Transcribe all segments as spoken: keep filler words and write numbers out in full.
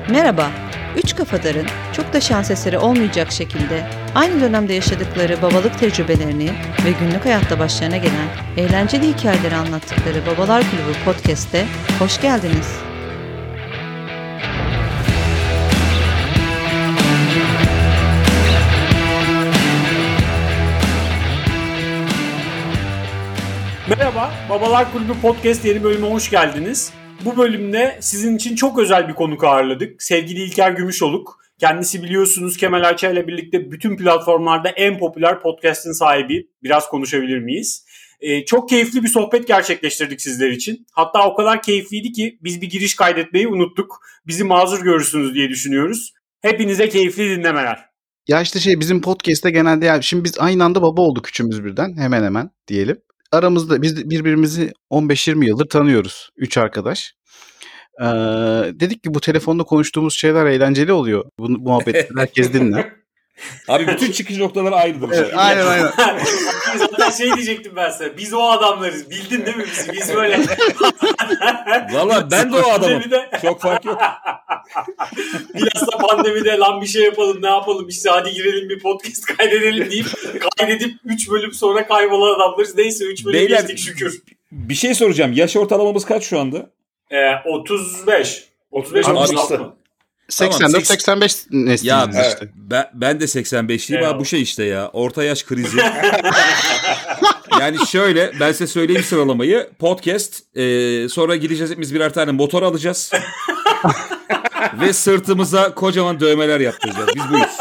Merhaba, Üç Kafadar'ın çok da şans eseri olmayacak şekilde aynı dönemde yaşadıkları babalık tecrübelerini ve günlük hayatta başlarına gelen eğlenceli hikayeleri anlattıkları Babalar Kulübü Podcast'te hoş geldiniz. Merhaba, Babalar Kulübü Podcast yeni bölüme hoş geldiniz. Bu bölümde sizin için çok özel bir konuk ağırladık. Sevgili İlker Gümüşoluk. Kendisi biliyorsunuz Kemal Ayça ile birlikte bütün platformlarda en popüler podcast'in sahibi. Biraz konuşabilir miyiz? Ee, çok keyifli bir sohbet gerçekleştirdik sizler için. Hatta o kadar keyifliydi ki biz bir giriş kaydetmeyi unuttuk. Bizi mazur görürsünüz diye düşünüyoruz. Hepinize keyifli dinlemeler. Ya işte şey bizim podcast'te genelde yani şimdi biz aynı anda baba olduk üçümüz birden hemen hemen diyelim. Aramızda biz birbirimizi on beş yirmi yıldır tanıyoruz. Üç arkadaş. Ee, dedik ki bu telefonda konuştuğumuz şeyler eğlenceli oluyor. Bu muhabbet herkes dinler. Abi bütün çıkış noktaları aynıdır. Evet, aynen aynen. Zaten şey diyecektim ben sana. Biz o adamlarız. Bildin değil mi bizi? Biz böyle. Valla ben de o adamım. Çok fark yok. Biraz da pandemide lan bir şey yapalım ne yapalım işte hadi girelim bir podcast kaydedelim deyip kaydedip üç bölüm sonra kaybolan adamlarız. Neyse üç bölüm Beyler, geçtik şükür. Bir şey soracağım. Yaş ortalamamız kaç şu anda? Ee, otuz beş. otuz beş Abi otuz işte. altı mı? seksen dört seksen beş nesliyiz Ya işte. ben, ben de seksen beşliyim ama bu şey işte ya. Orta yaş krizi. Yani şöyle ben size söyleyeyim sıralamayı. Podcast e, sonra gideceğiz hepimiz birer tane motor alacağız. Ve sırtımıza kocaman dövmeler yaptıracağız. Biz buyuz.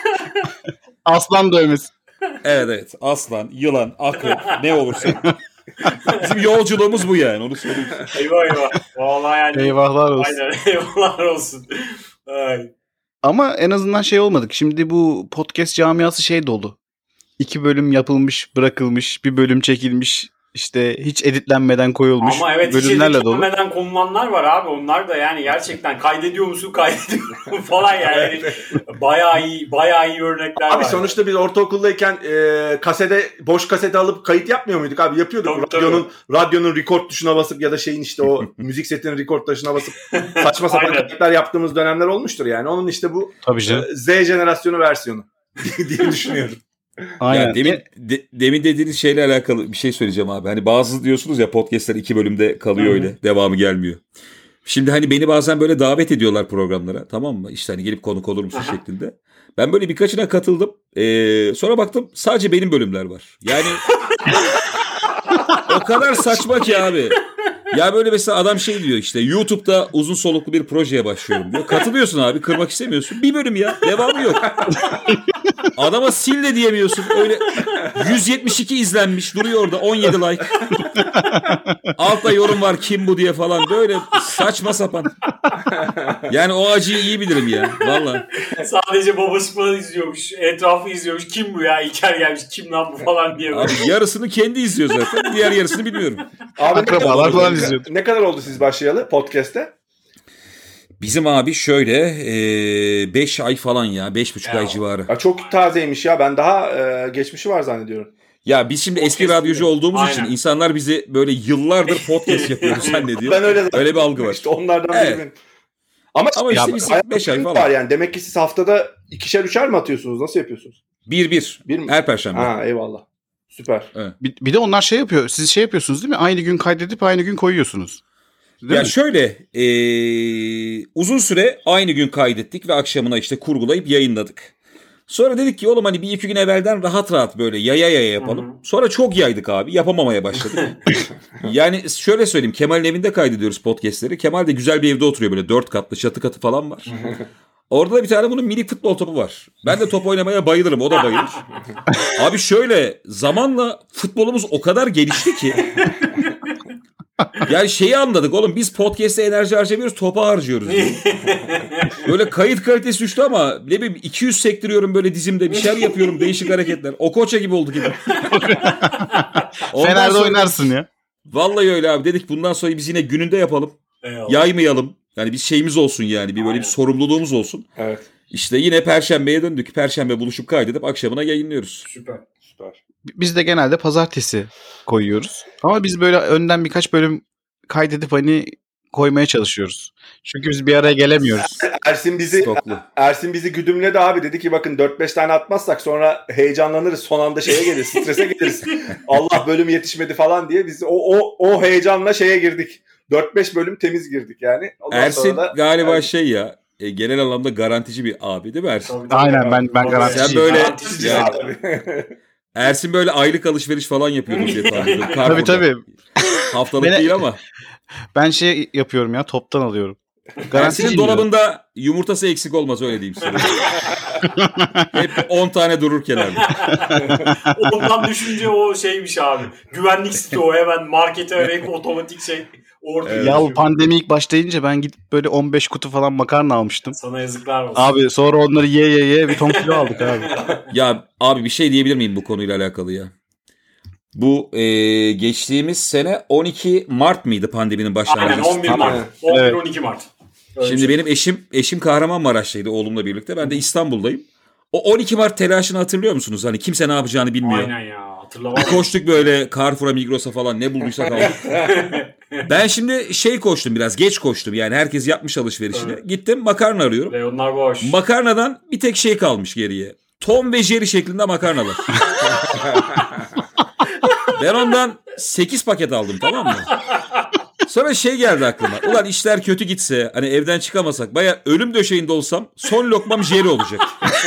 Aslan dövmesi. Evet evet. Aslan, yılan, akrep ne olursa. Bizim yolculuğumuz bu yani. Onu söyleyeyim. Eyvah eyvah. Vallahi yani. Eyvahlar olsun. Aynen eyvahlar olsun. Ay. Ama en azından şey olmadık. Şimdi bu podcast camiası şey dolu. İki bölüm yapılmış, bırakılmış, bir bölüm çekilmiş, işte hiç editlenmeden koyulmuş ama evet bölümlerle hiç dolu. editlenmeden konulanlar var abi. Onlar da yani gerçekten kaydediyor musun, kaydediyor musun falan yani. bayağı iyi, bayağı iyi örnekler abi var. Abi sonuçta biz ortaokuldayken e, kasede, boş kasete alıp kayıt yapmıyor muyduk abi? Yapıyorduk. Tabii, radyonun tabii. radyonun record tuşuna basıp ya da şeyin işte o müzik setinin record tuşuna basıp saçma sapan kayıtlar yaptığımız dönemler olmuştur yani. Onun işte bu e, Z jenerasyonu versiyonu diye düşünüyorum. Aynen. Yani demin de, demin dediğiniz şeyle alakalı bir şey söyleyeceğim abi. Hani bazı diyorsunuz ya podcastler iki bölümde kalıyor Hı-hı. öyle. Devamı gelmiyor. Şimdi hani beni bazen böyle davet ediyorlar programlara. Tamam mı? İşte hani gelip konuk olur musun şeklinde. Ben böyle birkaçına katıldım. Ee, sonra baktım sadece benim bölümler var. Yani o kadar saçma ki abi. Ya böyle mesela adam şey diyor işte YouTube'da uzun soluklu bir projeye başlıyorum diyor. Katılıyorsun abi, kırmak istemiyorsun. Bir bölüm ya, devamı yok. Adama sil de diyemiyorsun. Öyle yüz yetmiş iki izlenmiş duruyor orada, on yedi like. Altta yorum var kim bu diye falan, böyle saçma sapan. Yani o acıyı iyi bilirim ya vallahi. Sadece babası falan izliyormuş, etrafı izliyormuş. Kim bu ya? İlker gelmiş, kim lan bu falan diye. Abi yarısını kendi izliyor zaten. Diğer yarısını bilmiyorum. Abi akrabalar falan izliyordu. Ne kadar oldu siz başlayalı podcast'te? Bizim abi şöyle beş e, ay falan ya. beş buçuk ay civarı. Ya çok tazeymiş ya. Ben daha e, geçmişi var zannediyorum. Ya biz şimdi podcast eski radyocu olduğumuz Aynen. için insanlar bizi böyle yıllardır podcast yapıyoruz zannediyor. Ben öyle öyle bir algı var. İşte onlardan evet. biri. Ama, Ama işte biz beş ay falan. Var yani. Demek ki siz haftada ikişer üçer mi atıyorsunuz? Nasıl yapıyorsunuz? Bir bir. Bir mi? Her perşembe. Ha eyvallah. Süper. Evet. Bir, bir de onlar şey yapıyor. Siz şey yapıyorsunuz değil mi? Aynı gün kaydedip aynı gün koyuyorsunuz. Değil ya mi? şöyle e, uzun süre aynı gün kaydettik ve akşamına işte kurgulayıp yayınladık. Sonra dedik ki oğlum hani bir iki gün evvelden rahat rahat böyle yaya yaya yapalım. Hı-hı. Sonra çok yaydık abi, yapamamaya başladık. Yani şöyle söyleyeyim, Kemal'in evinde kaydediyoruz podcastleri. Kemal de güzel bir evde oturuyor, böyle dört katlı çatı katı falan var. Orada da bir tane bunun minik futbol topu var. Ben de top oynamaya bayılırım, o da bayılır. Abi şöyle zamanla futbolumuz o kadar gelişti ki. Yani şeyi anladık oğlum, biz podcast'e enerji harcamıyoruz, topa harcıyoruz. Böyle kayıt kalitesi düştü ama ne bileyim iki yüz sektiriyorum böyle dizimde, bir şeyler yapıyorum, değişik hareketler. Okocha gibi oldu gibi. Fener'de sonra, oynarsın ya. Vallahi öyle abi, dedik bundan sonra biz yine gününde yapalım. Eyvallah. Yaymayalım. Yani bir şeyimiz olsun yani, bir böyle Aynen. bir sorumluluğumuz olsun. Evet. İşte yine Perşembe'ye döndük. Perşembe buluşup kaydedip akşamına yayınlıyoruz. Süper. Süper. Biz de genelde pazartesi koyuyoruz. Ama biz böyle önden birkaç bölüm kaydedip hani koymaya çalışıyoruz. Çünkü biz bir araya gelemiyoruz. Ersin bizi Stoklu. Ersin bizi güdümledi abi. Dedi ki bakın dört beş tane atmazsak sonra heyecanlanırız. Son anda şeye geliriz. Strese geliriz. Allah bölüm yetişmedi falan diye biz o o o heyecanla şeye girdik. dört beş bölüm temiz girdik yani. Ondan Ersin da, galiba yani, şey ya e, genel anlamda garantici bir abi değil mi Ersin? Tabii, tabii. Aynen ben ben garanticiyim. Sen böyle Garanticiyim yani, abi. Ersin böyle aylık alışveriş falan yapıyordu diye tahmin ediyorum. Tabii tabii. Haftalık Ben- değil ama. Ben şey yapıyorum ya, toptan alıyorum. Ersin'in Garanticiyim. dolabında yumurtası eksik olmaz öyle diyeyim size. Hep on tane durur kenarda. Ondan düşünce o şeymiş abi. Güvenlik site o, hemen markete arayıp otomatik şey orada. Evet. Ya o pandemi ilk başlayınca ben gidip böyle on beş kutu falan makarna almıştım. Sana yazıklar olsun. Abi sonra onları ye ye ye bir ton kilo aldık abi. Ya abi bir şey diyebilir miyim bu konuyla alakalı ya? Bu e, geçtiğimiz sene on iki Mart mıydı pandeminin başlangıcı? Aynen on bir Mart. Evet. on bir Evet. on iki Mart. Öyle Şimdi şey. benim eşim eşim Kahramanmaraş'taydı oğlumla birlikte. Ben de İstanbul'dayım. O on iki Mart telaşını hatırlıyor musunuz? Hani kimse ne yapacağını bilmiyor. Aynen ya, hatırlamam. Koştuk böyle Carrefour'a, Migros'a falan ne bulduysak aldık. Ben şimdi şey koştum, biraz geç koştum. Yani herkes yapmış alışverişini. Evet. Gittim makarna arıyorum. Reyonlar boş. Makarnadan bir tek şey kalmış geriye. Tom ve Jerry şeklinde makarnalar. Ben ondan sekiz paket aldım, tamam mı? Sonra şey geldi aklıma. Ulan işler kötü gitse, hani evden çıkamasak, baya ölüm döşeğinde olsam son lokmam Jerry olacak.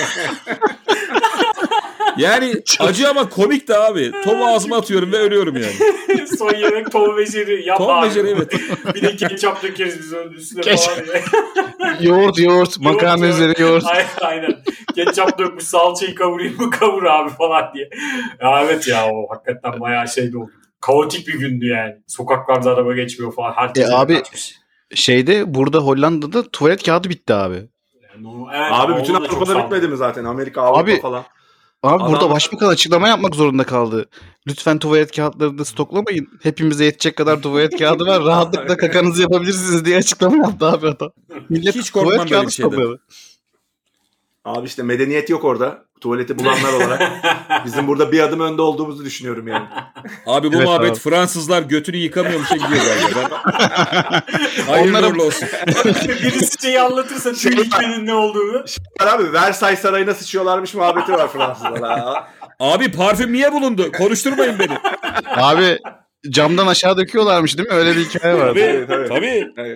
Yani acı ama komik de abi. Tom'u ağzıma atıyorum ve ölüyorum yani. Son yemek Tom ve Jerry. Yap Tom abi. ve Jerry, evet. Bir de ketçap dökeriz biz onun üstüne Keşke. falan diye. Yoğurt yoğurt makarna Yoğurt, üzeri yoğurt. Aynen, aynen. Ketçap dökmüş, salçayı kavurayım mı kavur abi falan diye. Ya evet ya, o hakikaten bayağı şeydi oldu. Kaotik bir gündü yani. Sokaklarda araba geçmiyor falan. Herkes E abi, kaçmış. Şeyde burada Hollanda'da tuvalet kağıdı bitti abi. Yani o- evet, Abi o bütün da çok Avrupa'da sağlam. bitmedi mi zaten? Amerika, Avrupa Abi- falan. Abi burada Adam- başbakan açıklama yapmak zorunda kaldı. Lütfen tuvalet kağıtlarını da stoklamayın. Hepimize yetecek kadar tuvalet kağıdı var. Rahatlıkla kakanızı yapabilirsiniz diye açıklama yaptı abi adam. Millet Hiç korkmam tuvalet böyle kağıdı bir şeyden. stokladı. Abi işte medeniyet yok orada. Tuvaleti bulanlar olarak. Bizim burada bir adım önde olduğumuzu düşünüyorum yani. Abi bu Evet, muhabbet abi. Fransızlar götünü yıkamıyormuşa gidiyor galiba. Ben... Hayırlı Onlara- uğurlu olsun. Birisi şeyi anlatırsa tüm hikmenin ne olduğunu. Abi Versailles Sarayı'na sıçıyorlarmış muhabbeti var Fransızlar. Ha. Abi parfüm niye bulundu? Konuşturmayın beni. Abi camdan aşağı döküyorlarmış değil mi? Öyle bir hikaye var. Tabii, tabii. Tabii. Evet.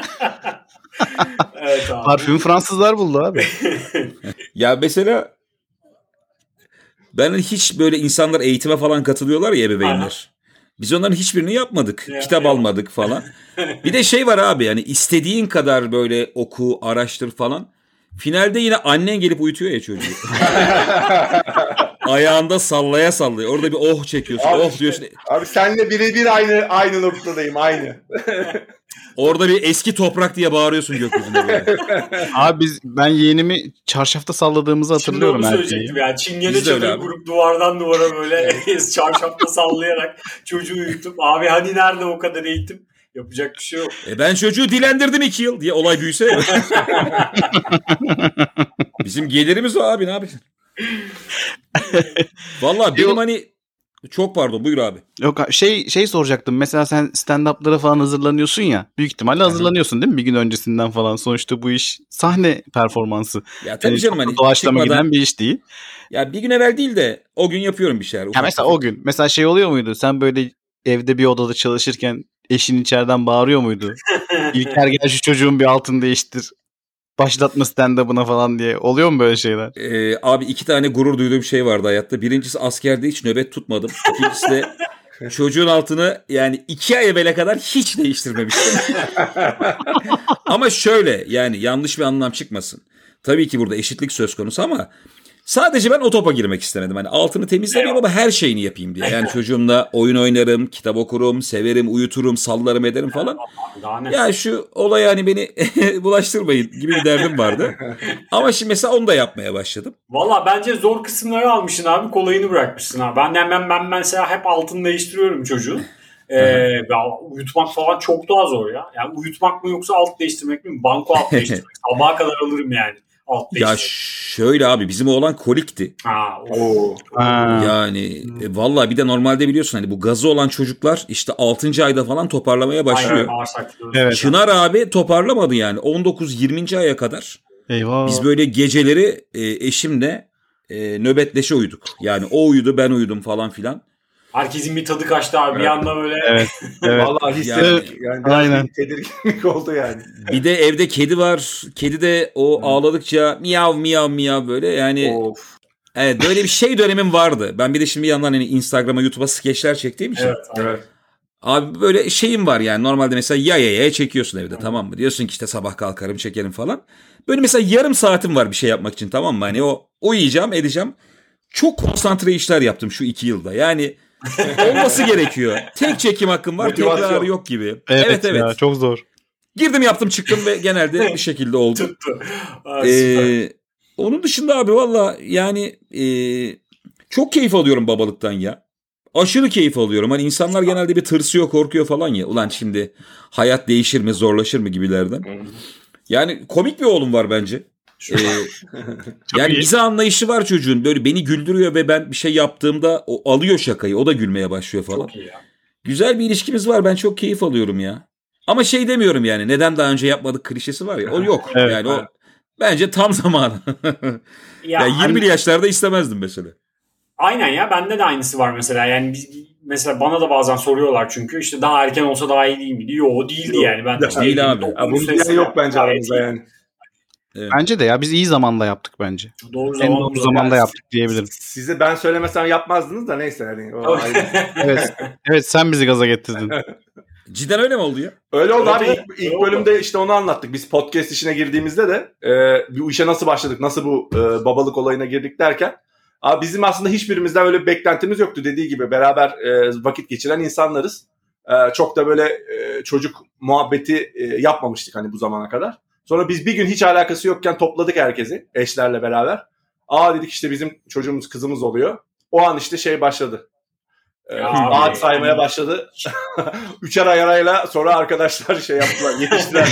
Evet abi. Parfümü Fransızlar buldu abi. Ya mesela ben hiç böyle insanlar eğitime falan katılıyorlar ya, ebeveynler. Biz onların hiçbirini yapmadık. Ya, Kitap ya. almadık falan. Bir de şey var abi, yani istediğin kadar böyle oku, araştır falan. Finalde yine annen gelip uyutuyor ya çocuğu. Ayağında sallaya sallaya. Orada bir oh çekiyorsun. Abi oh işte- diyorsun. Abi senle birebir aynı aynı noktadayım aynı. Orada bir eski toprak diye bağırıyorsun gökyüzünde böyle. Abi biz ben yeğenimi çarşafta salladığımızı hatırlıyorum Şimdi onu her şeyi. söyleyecektim yani. Çingene Biz de öyle çadır abi. kurup duvardan duvara böyle çarşafta sallayarak çocuğu uyutup abi hani nerede o kadar eğitim? Yapacak bir şey yok. E ben çocuğu dilendirdim iki yıl diye olay büyüse ya. Bizim gelirimiz o abi, ne yapacaksın? Vallahi benim Yok. hani çok pardon, buyur abi. Yok şey şey soracaktım. Mesela sen stand-up'lara falan hazırlanıyorsun ya. Büyük ihtimalle hazırlanıyorsun değil mi? Bir gün öncesinden falan. Sonuçta bu iş sahne performansı. Ya tabii Yani canım, çok da hani doğaçlama çıkmadan, giden bir iş değil. ya bir gün evvel değil de o gün yapıyorum bir şeyler. Ya ufak mesela tefek. o gün. Mesela şey oluyor muydu? Sen böyle evde bir odada çalışırken eşin içeriden bağırıyor muydu? İlker gel şu çocuğun bir altını değiştir. Başlatma stand-up'ına falan diye. Oluyor mu böyle şeyler? Ee, abi iki tane gurur duyduğum şey vardı hayatta. Birincisi askerde hiç nöbet tutmadım. İkincisi de çocuğun altını yani iki ay evvele kadar hiç değiştirmemiştim. Ama şöyle, yani yanlış bir anlam çıkmasın. Tabii ki burada eşitlik söz konusu ama sadece ben o topa girmek istemedim. Hani altını temizlemeyeyim ama her şeyini yapayım diye. Yani çocuğumla oyun oynarım, kitap okurum, severim, uyuturum, sallarım ederim falan. Daha ne? Ya şu olaya hani beni bulaştırmayın gibi bir derdim vardı. Ama şimdi mesela onu da yapmaya başladım. Valla bence zor kısımları almışsın abi, kolayını bırakmışsın abi. Ben hemen ben mesela hep altını değiştiriyorum çocuğun. Ee, ya uyutmak falan çok daha zor ya. Yani uyutmak mı yoksa alt değiştirmek mi? Banko alt değiştirmek. Sabaha kadar alırım yani. altta Ya işte. şöyle abi bizim oğlan kolikti. Ha, of. Oo. Ha. Yani e, vallahi bir de normalde biliyorsun hani bu gazı olan çocuklar işte altıncı ayda falan toparlamaya başlıyor. Aynen, bağırsaklı. Evet. Çınar abi toparlamadı yani on dokuz yirminci aya kadar. Eyvah. Biz böyle geceleri e, eşimle e, nöbetleşe uyuduk. Yani o uyudu ben uyudum falan filan. Herkesin bir tadı kaçtı abi. Bir Evet. anda böyle. Evet. Evet. Vallahi hissettik. Yani, yani biraz Aynen. bir tedirginlik oldu yani. Bir de evde kedi var. Kedi de o ağladıkça miyav miyav miyav böyle yani. Of. Evet böyle bir şey dönemim vardı. Ben bir de şimdi bir yandan hani Instagram'a, YouTube'a skeçler çektiğim için. Evet, aynen. Evet. Abi böyle şeyim var yani normalde mesela ya ya ya çekiyorsun evde tamam mı? Diyorsun ki işte sabah kalkarım çekerim falan. Böyle mesela yarım saatim var bir şey yapmak için tamam mı? Hani o uyuyacağım edeceğim. Çok konsantre işler yaptım şu iki yılda. Yani olması gerekiyor. Tek çekim hakkım var Motivasyon. tekrarı yok gibi. Evet, Evet evet. Ya, çok zor. Girdim yaptım çıktım ve genelde bir şekilde oldu. Tuttu. Ha, süper. Ee, onun dışında abi valla yani e, çok keyif alıyorum babalıktan ya. Aşırı keyif alıyorum. Hani insanlar genelde bir tırsıyor, korkuyor falan ya. Ulan şimdi hayat değişir mi, zorlaşır mı gibilerden. Yani komik bir oğlum var bence. Ee, yani iyi. bize anlayışı var çocuğun. Böyle beni güldürüyor ve ben bir şey yaptığımda o alıyor şakayı. O da gülmeye başlıyor falan. Çok iyi ya. Güzel bir ilişkimiz var. Ben çok keyif alıyorum ya. Ama şey demiyorum yani. Neden daha önce yapmadık klişesi var ya. O yok. Evet, yani o bence tam zamanı. Ya, ya yirmili hani- yaşlarda istemezdim mesela. Aynen ya, bende de aynısı var mesela. Yani biz, mesela bana da bazen soruyorlar çünkü işte daha erken olsa daha iyi değil miydi? Yo, değildi Yok, yani. Ben değil işte abi. evliyim, Ya dokuz Ya bunun sene diyen yok bence gayet aramızda iyi. yani. Bence de ya biz iyi zamanda yaptık bence. Doğru En zamanda. doğru zamanda yaptık diyebilirim. Size ben söylemesem yapmazdınız da neyse. Hani, o ayrı. Evet. Evet sen bizi gaza getirdin. Cidden öyle mi oldu ya? Öyle oldu Evet, abi. evet. İlk, ilk Öyle bölümde işte onu anlattık. Biz podcast işine girdiğimizde de e, bu işe nasıl başladık, nasıl bu e, babalık olayına girdik derken abi bizim aslında hiçbirimizden öyle bir beklentimiz yoktu. Dediği gibi beraber e, vakit geçiren insanlarız. E, çok da böyle e, çocuk muhabbeti e, yapmamıştık hani bu zamana kadar. Sonra biz bir gün hiç alakası yokken topladık herkesi eşlerle beraber. Aa dedik işte bizim çocuğumuz kızımız oluyor. O an işte şey başladı. Ee, Ya ağaç abi, saymaya yani- başladı. Üçer ay arayla sonra arkadaşlar şey yaptılar, yetiştiler.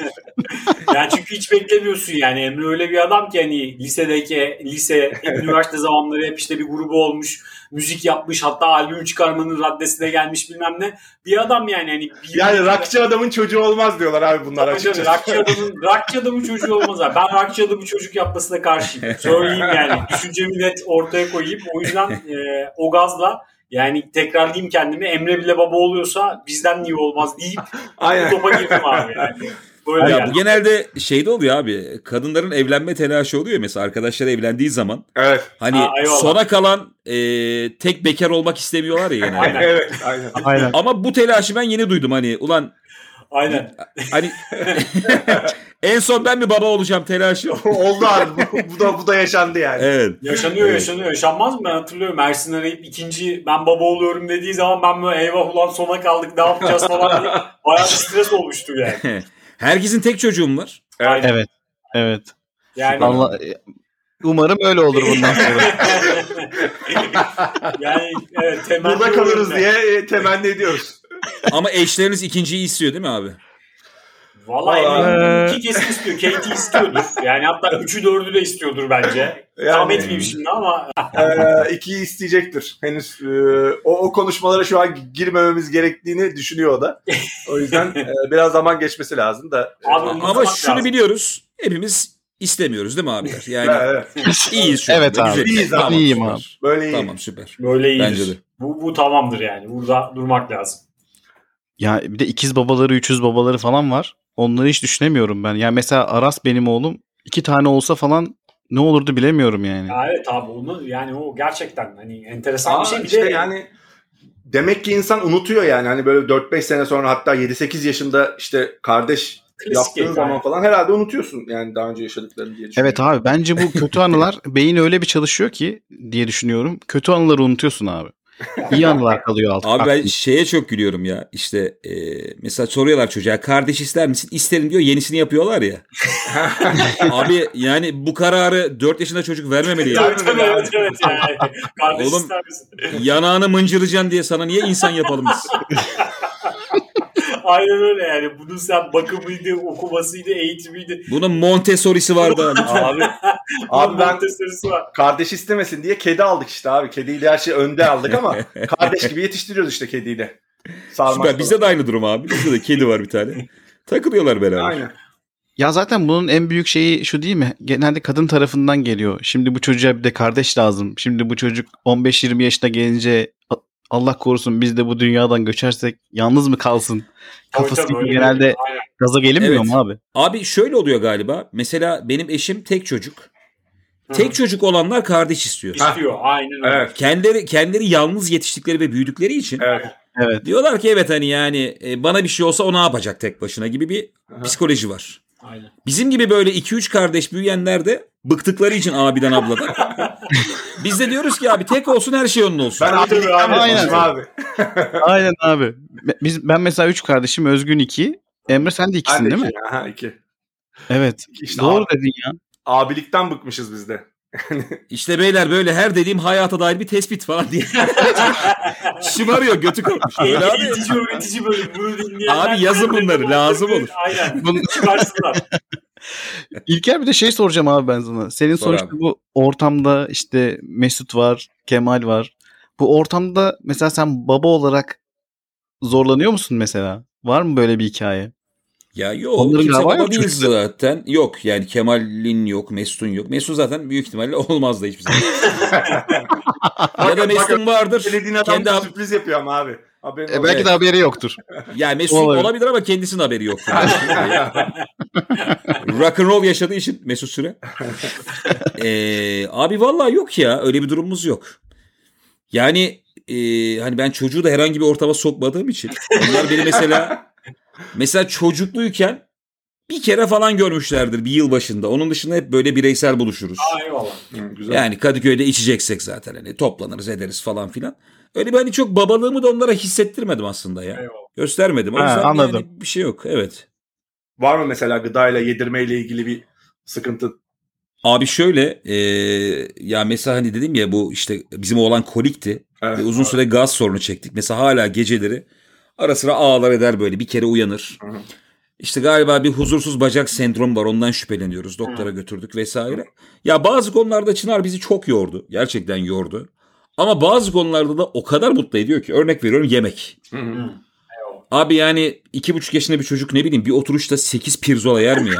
Yani çünkü hiç beklemiyorsun yani. Emre öyle bir adam ki hani lisedeki, lise, üniversite zamanları hep işte bir grubu olmuş, müzik yapmış, hatta albüm çıkarmanın raddesine gelmiş bilmem ne. Bir adam yani. Hani bir Yani rockçı adamın çocuğu olmaz diyorlar abi bunlar Tabii açıkçası. tabii, rockçı adamın, rockçı adamın çocuğu olmaz abi. Ben rockçı adamın çocuk yapmasına karşıyım. Söyleyeyim yani. Düşüncemi net ortaya koyayım. O yüzden e, o gazla yani tekrarlayayım kendimi. Emre bile baba oluyorsa bizden niye olmaz deyip bu Aynen. topa girdim abi yani. Böyle Ya yani. bu genelde şeyde oluyor abi. Kadınların evlenme telaşı oluyor mesela arkadaşları evlendiği zaman. Evet. Hani Ha, eyvallah. sona kalan e, tek bekar olmak istemiyorlar ya genelde. Aynen. Evet. Aynen. Aynen. Ama bu telaşı ben yeni duydum hani ulan Aynen. hani en son ben mi baba olacağım telaşı. Oldu abi. Bu, bu da bu da yaşandı yani. Evet. Yaşanıyor Evet. yaşanıyor. Yaşanmaz mı? Ben hatırlıyorum. Ersin arayıp ikinci ben baba oluyorum dediği zaman ben böyle eyvah ulan sona kaldık ne yapacağız falan diye bayağı bir stres olmuştu yani. Herkesin tek çocuğum var. Aynen. Evet. Evet. Yani, Allah umarım öyle olur bundan sonra. yani evet, temenni Burada kalırız oluyorum diye e, temenni ediyoruz. Ama eşleriniz ikinciyi istiyor değil mi abi? Vallahi Vallahi. eminim iki kesin istiyor. Katie istiyordur. Yani hatta üçü dördü de istiyordur bence. Yani- Tahmin etmeyeyim şimdi ama Ee, ikiyi isteyecektir. Henüz e, o, o konuşmalara şu an girmememiz gerektiğini düşünüyor o da. O yüzden e, biraz zaman geçmesi lazım da. Abi, A- Unutmak Ama şunu lazım. biliyoruz. Hepimiz istemiyoruz değil mi abiler? Yani Evet, iyiyiz şu anda. Evet abi. güzeliz. İyiyiz abi. Tamam, İyiyim süper. abi. böyle iyi. Tamam süper. böyle iyidir. Bence de. Bu, bu tamamdır yani. Burada durmak lazım. Ya bir de ikiz babaları, üçüz babaları falan var. Onları hiç düşünemiyorum ben. Yani mesela Aras benim oğlum. iki tane olsa falan ne olurdu bilemiyorum yani. Ya evet abi onu yani o gerçekten hani enteresan Aa, bir şey. Bir işte de yani demek ki insan unutuyor yani. Hani böyle dört beş sene sonra hatta yedi sekiz yaşında işte kardeş Klasik yaptığın yani. zaman falan herhalde unutuyorsun yani daha önce yaşadıklarını diye düşünüyorum. Evet abi bence bu kötü anılar beyin öyle bir çalışıyor ki diye düşünüyorum. Kötü anıları unutuyorsun abi. İyi anılar kalıyor alt. Abi ben aklında. şeye çok gülüyorum ya. İşte e, mesela soruyorlar çocuğa kardeş ister misin? İsterim diyor. Yenisini yapıyorlar ya. Abi yani bu kararı dört yaşında çocuk vermemeli ya. evet evet, evet, evet yani. Kardeş Oğlum- ister misin? Yanağını mıncıracaksın diye sana niye insan yapalım biz? Aynen öyle yani. Bunun sen bakımıydı, okumasıydı, eğitimiydi. Bunun Montessori'si vardı abi. Abi, abi ben Montessori'si var. kardeş istemesin diye kedi aldık işte abi. Kediyi de her şey önde aldık ama kardeş gibi yetiştiriyoruz işte kediyi de. Süper. Bizde de aynı durum abi. Bizde de kedi var bir tane. Takılıyorlar beraber. Aynen. Ya zaten bunun en büyük şeyi şu değil mi? Genelde kadın tarafından geliyor. Şimdi bu çocuğa bir de kardeş lazım. Şimdi bu çocuk on beş yirmi yaşına gelince Allah korusun biz de bu dünyadan göçersek yalnız mı kalsın? Kafası Tabii, genelde aynen. gaza gelinmiyor Evet. mu abi? Abi şöyle oluyor galiba. Mesela benim eşim tek çocuk. Tek çocuk olanlar kardeş istiyor. İstiyor. Aynen öyle. Evet. Kendileri kendileri yalnız yetiştikleri ve büyüdükleri için Evet. Evet. diyorlar ki evet hani yani e, bana bir şey olsa o ne yapacak tek başına gibi bir psikoloji var. Aynen. Bizim gibi böyle iki üç kardeş büyüyenler de bıktıkları için abiden abladan. Biz de diyoruz ki abi tek olsun her şey onun olsun. Ben Tabii, abi, aynen. aynen. abi. Aynen abi. Biz, ben mesela üç kardeşim, Özgün iki. Emre sen de ikisin Ben de değil mi? iki. Aha, iki. Evet. İşte Doğru abi- dedin ya. Abilikten bıkmışız biz de. İşte beyler böyle her dediğim hayata dair bir tespit falan diye. Şımarıyor götü kalkmış. Öyle abi. Eğitici öğretici bölüm. Bunu dinleyenler. Abi yazın bunları, lazım olur. Aynen. Bunun- Çıkarsınlar. İlker bir de şey soracağım abi ben sana. Senin Sor sonuçta abi. bu ortamda işte Mesut var, Kemal var. Bu ortamda mesela sen baba olarak zorlanıyor musun mesela? Var mı böyle bir hikaye? Ya yok Onların kimse galiba baba yok değil çocukları. zaten. Yok yani Kemal'in yok, Mesut'un yok. Mesut zaten büyük ihtimalle olmaz da hiçbir zaman. ya da Mesut'un vardır. Söylediğin adam Kendi da ab- sürpriz yapıyor ama abi. Haberin E olsun. belki Evet. de haberi yoktur. yani Mesut'un Olabilir. olabilir ama kendisinin haberi yoktur. Rock and roll yaşadığı için Mesut Süre. Ee, abi vallahi yok ya öyle bir durumumuz yok. Yani e, hani ben çocuğu da herhangi bir ortama sokmadığım için onlar beni mesela mesela çocukluyken bir kere falan görmüşlerdir bir yıl başında. Onun dışında hep böyle bireysel buluşuruz. Aa, eyvallah. Hı, güzel. Yani Kadıköy'de içeceksek zaten hani toplanırız ederiz falan filan. Öyle bir hani çok babalığımı da onlara hissettirmedim aslında ya. Eyvallah. Göstermedim. O Ha, yüzden anladım. yani bir şey yok. Evet. Var mı mesela gıdayla yedirmeyle ilgili bir sıkıntı? Abi şöyle e, ya mesela hani dedim ya bu işte bizim oğlan kolikti. Evet. Ve uzun süre gaz sorunu çektik. Mesela hala geceleri ara sıra ağlar eder böyle bir kere uyanır. Hı hı. İşte galiba bir huzursuz bacak sendromu var ondan şüpheleniyoruz. Doktora götürdük vesaire. Ya bazı konularda Çınar bizi çok yordu. Gerçekten yordu. Ama bazı konularda da o kadar mutlu ediyor ki. Örnek veriyorum yemek. Hı hı. Eyvallah. Abi yani iki buçuk yaşında bir çocuk ne bileyim bir oturuşta sekiz pirzola yer mi ya?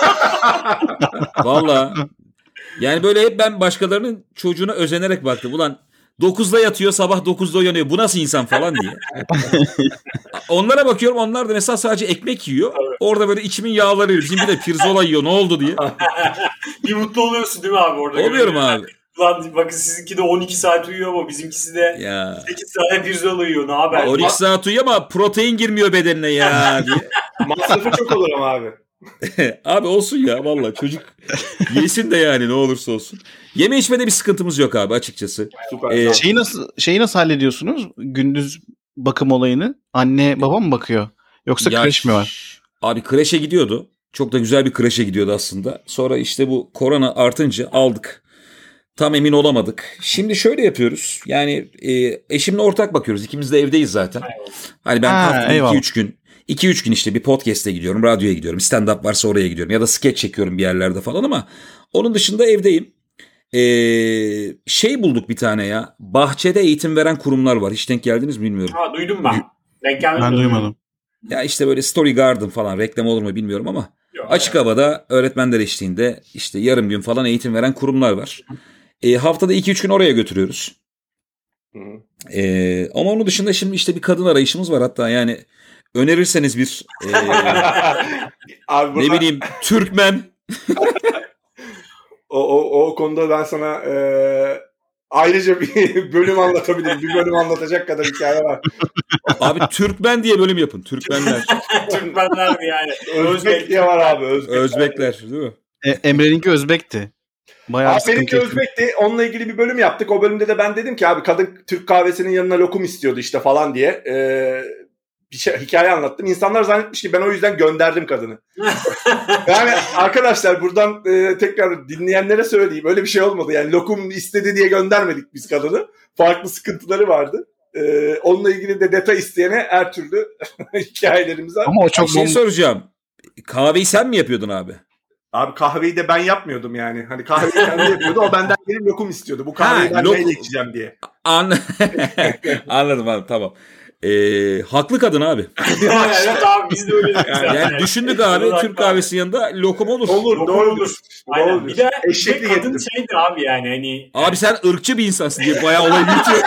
Valla. Yani böyle hep ben başkalarının çocuğuna özenerek baktım. Ulan dokuzda yatıyor sabah dokuzda uyanıyor. Bu nasıl insan falan diye. Onlara bakıyorum onlar da mesela sadece ekmek yiyor. Orada böyle içimin yağları yiyor. Bizim bir de pirzola yiyor ne oldu diye. Bir mutlu oluyorsun değil mi abi orada? Oluyorum Görünce. abi. Lan bakın sizinki de on iki saat uyuyor ama bizimkisi de Ya. sekiz saat pirzola uyuyor. Ne haber? on iki saat uyuyor ama protein girmiyor bedenine ya diye. Masrafı çok olur ama abi. Abi olsun ya valla çocuk yesin de yani ne olursa olsun. Yeme içmede bir sıkıntımız yok abi açıkçası. Süper. Ee, Şeyi nasıl şeyi nasıl hallediyorsunuz? Gündüz bakım olayını. Anne baba mı bakıyor? Yoksa Ya, kreş mi var? Abi kreşe gidiyordu. Çok da güzel bir kreşe gidiyordu aslında. Sonra işte bu korona artınca aldık. Tam emin olamadık. Şimdi şöyle yapıyoruz. Yani e, eşimle ortak bakıyoruz. İkimiz de evdeyiz zaten. Hani ben Ha, haftada eyvallah. iki üç gün iki üç gün işte bir podcast'e gidiyorum, radyoya gidiyorum. Stand-up varsa oraya gidiyorum. Ya da skeç çekiyorum bir yerlerde falan ama onun dışında evdeyim. Ee, şey bulduk bir tane ya. Bahçede eğitim veren kurumlar var. Hiç denk geldiniz mi bilmiyorum. Ha, duydum ben. Denk gelmedi Ben mi? duymadım. Ya işte böyle Story Garden falan reklam olur mu bilmiyorum ama Yok, açık evet. havada öğretmenler eşliğinde işte yarım gün falan eğitim veren kurumlar var. E, haftada iki üç gün oraya götürüyoruz. Hı hı. E, ama onun dışında şimdi işte bir kadın arayışımız var hatta yani önerirseniz bir e, Abi ne burada bileyim Türkmen o, o, o konuda ben sana e, ayrıca bir bölüm anlatabilirim. Bir bölüm anlatacak kadar hikaye var. abi Türkmen diye bölüm yapın. Türkmenler, Türkmenler mi yani? Özbek diye var abi. Özbek. Özbekler değil mi? E, Emre'ninki Özbek'ti. Bayağı Abi sıkıntı benimki yok. Özbek'ti. Onunla ilgili bir bölüm yaptık. O bölümde de ben dedim ki abi kadın Türk kahvesinin yanına lokum istiyordu işte falan diye. Ee, bir şey, hikaye anlattım. İnsanlar zannetmiş ki ben o yüzden gönderdim kadını. Yani arkadaşlar buradan e, tekrar dinleyenlere söyleyeyim. Öyle bir şey olmadı. Yani lokum istedi diye göndermedik biz kadını. Farklı sıkıntıları vardı. Ee, onunla ilgili de detay isteyene her türlü hikayelerimiz var. Ama o Bir çok şey bom- soracağım. Kahveyi sen mi yapıyordun abi? Abi kahveyi de ben yapmıyordum yani. Hani kahveyi kendi yapıyordu. O benden gelip lokum istiyordu. Bu kahveyi Ha, ben lok- neyle içeceğim diye. An Anladım abi, tamam. Ee, haklı kadın abi. Evet abi biz de öyle dedik zaten. Yani düşündük abi, Türk kahvesi yanında lokum olur. Olur, Lokum doğru. olur. Aynen. Bir de, bir Eşekli de kadın getirdim. şeydir abi yani hani. Abi sen ırkçı bir insansın diye bayağı olay büyütüyor.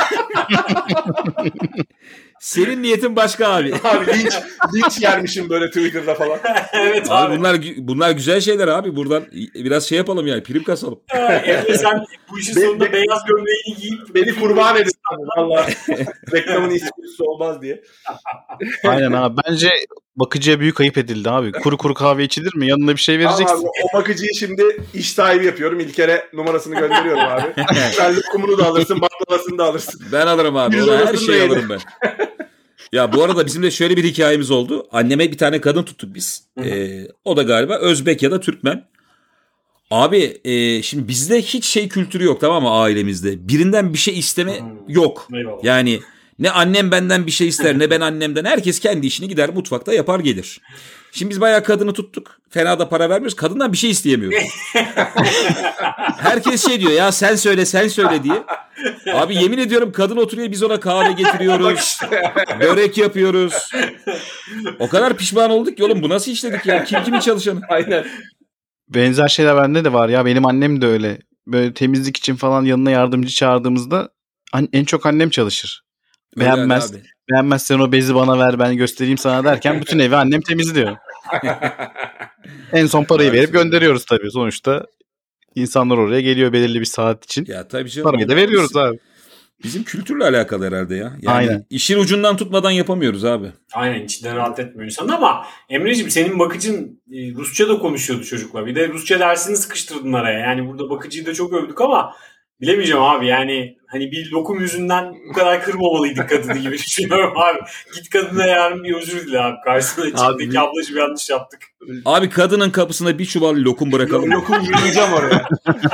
Senin niyetin başka abi. Abi linç, linç yermişim böyle Twitter'da falan. Evet Abi abi. bunlar bunlar güzel şeyler abi. Buradan biraz şey yapalım yani, prim kasalım. Emre sen bu işin Be- sonunda be- beyaz gömleğini giyip Beni kurban edin. Valla reklamın esprisi olmaz diye. Aynen abi. Bence bakıcıya büyük ayıp edildi abi. Kuru kuru kahve içilir mi? Yanına bir şey Tamam vereceksin. abi, o bakıcıyı şimdi iş sahibi yapıyorum. İlker'e numarasını gönderiyorum abi. Sen lokumunu da alırsın, baklavasını da alırsın. Ben alırım abi. Yüz Ona her arasında şeyi yedi. alırım ben. Ya bu arada bizim de şöyle bir hikayemiz oldu. Anneme bir tane kadın tuttuk biz. Ee, o da galiba Özbek ya da Türkmen. Abi e, şimdi bizde hiç şey kültürü yok, tamam mı, ailemizde. Birinden bir şey isteme yok. Eyvallah. Yani ne annem benden bir şey ister ne ben annemden. Herkes kendi işini gider mutfakta yapar gelir. Şimdi biz bayağı kadını tuttuk. Fena da para vermiyoruz. Kadından bir şey isteyemiyoruz. Herkes şey diyor ya, sen söyle sen söyle diye. Abi yemin ediyorum kadın oturuyor, biz ona kahve getiriyoruz. Börek yapıyoruz. O kadar pişman olduk ki oğlum, bu nasıl işledik ya? Kim kimin çalışanı? Aynen. Benzer şeyler bende de var ya. Benim annem de öyle. Böyle temizlik için falan yanına yardımcı çağırdığımızda an- en çok annem çalışır. Öyle Beğenmez. abi. Beğenmezsen o bezi bana ver, ben göstereyim sana derken bütün evi annem temizliyor. En son parayı verip gönderiyoruz tabii. Sonuçta insanlar oraya geliyor belirli bir saat için. Ya tabii canım. Parayı da veriyoruz abi. Bizim kültürle alakalı herhalde ya. Yani Aynen. işin ucundan tutmadan yapamıyoruz abi. Aynen, içinden rahat etmiyor insan ama Emre'ciğim senin bakıcın e, Rusça da konuşuyordu çocukla. Bir de Rusça dersini sıkıştırdın araya. Yani burada bakıcıyı da çok övdük ama bilemeyeceğim abi yani hani bir lokum yüzünden bu kadar kırmamalıydık kadını gibi düşünüyorum abi. Git kadına yarın bir özür dile abi. Karşısına içindeki ablacığım yanlış yaptık. Abi kadının kapısına bir çuval lokum bırakalım. Lokum yürüyeceğim oraya.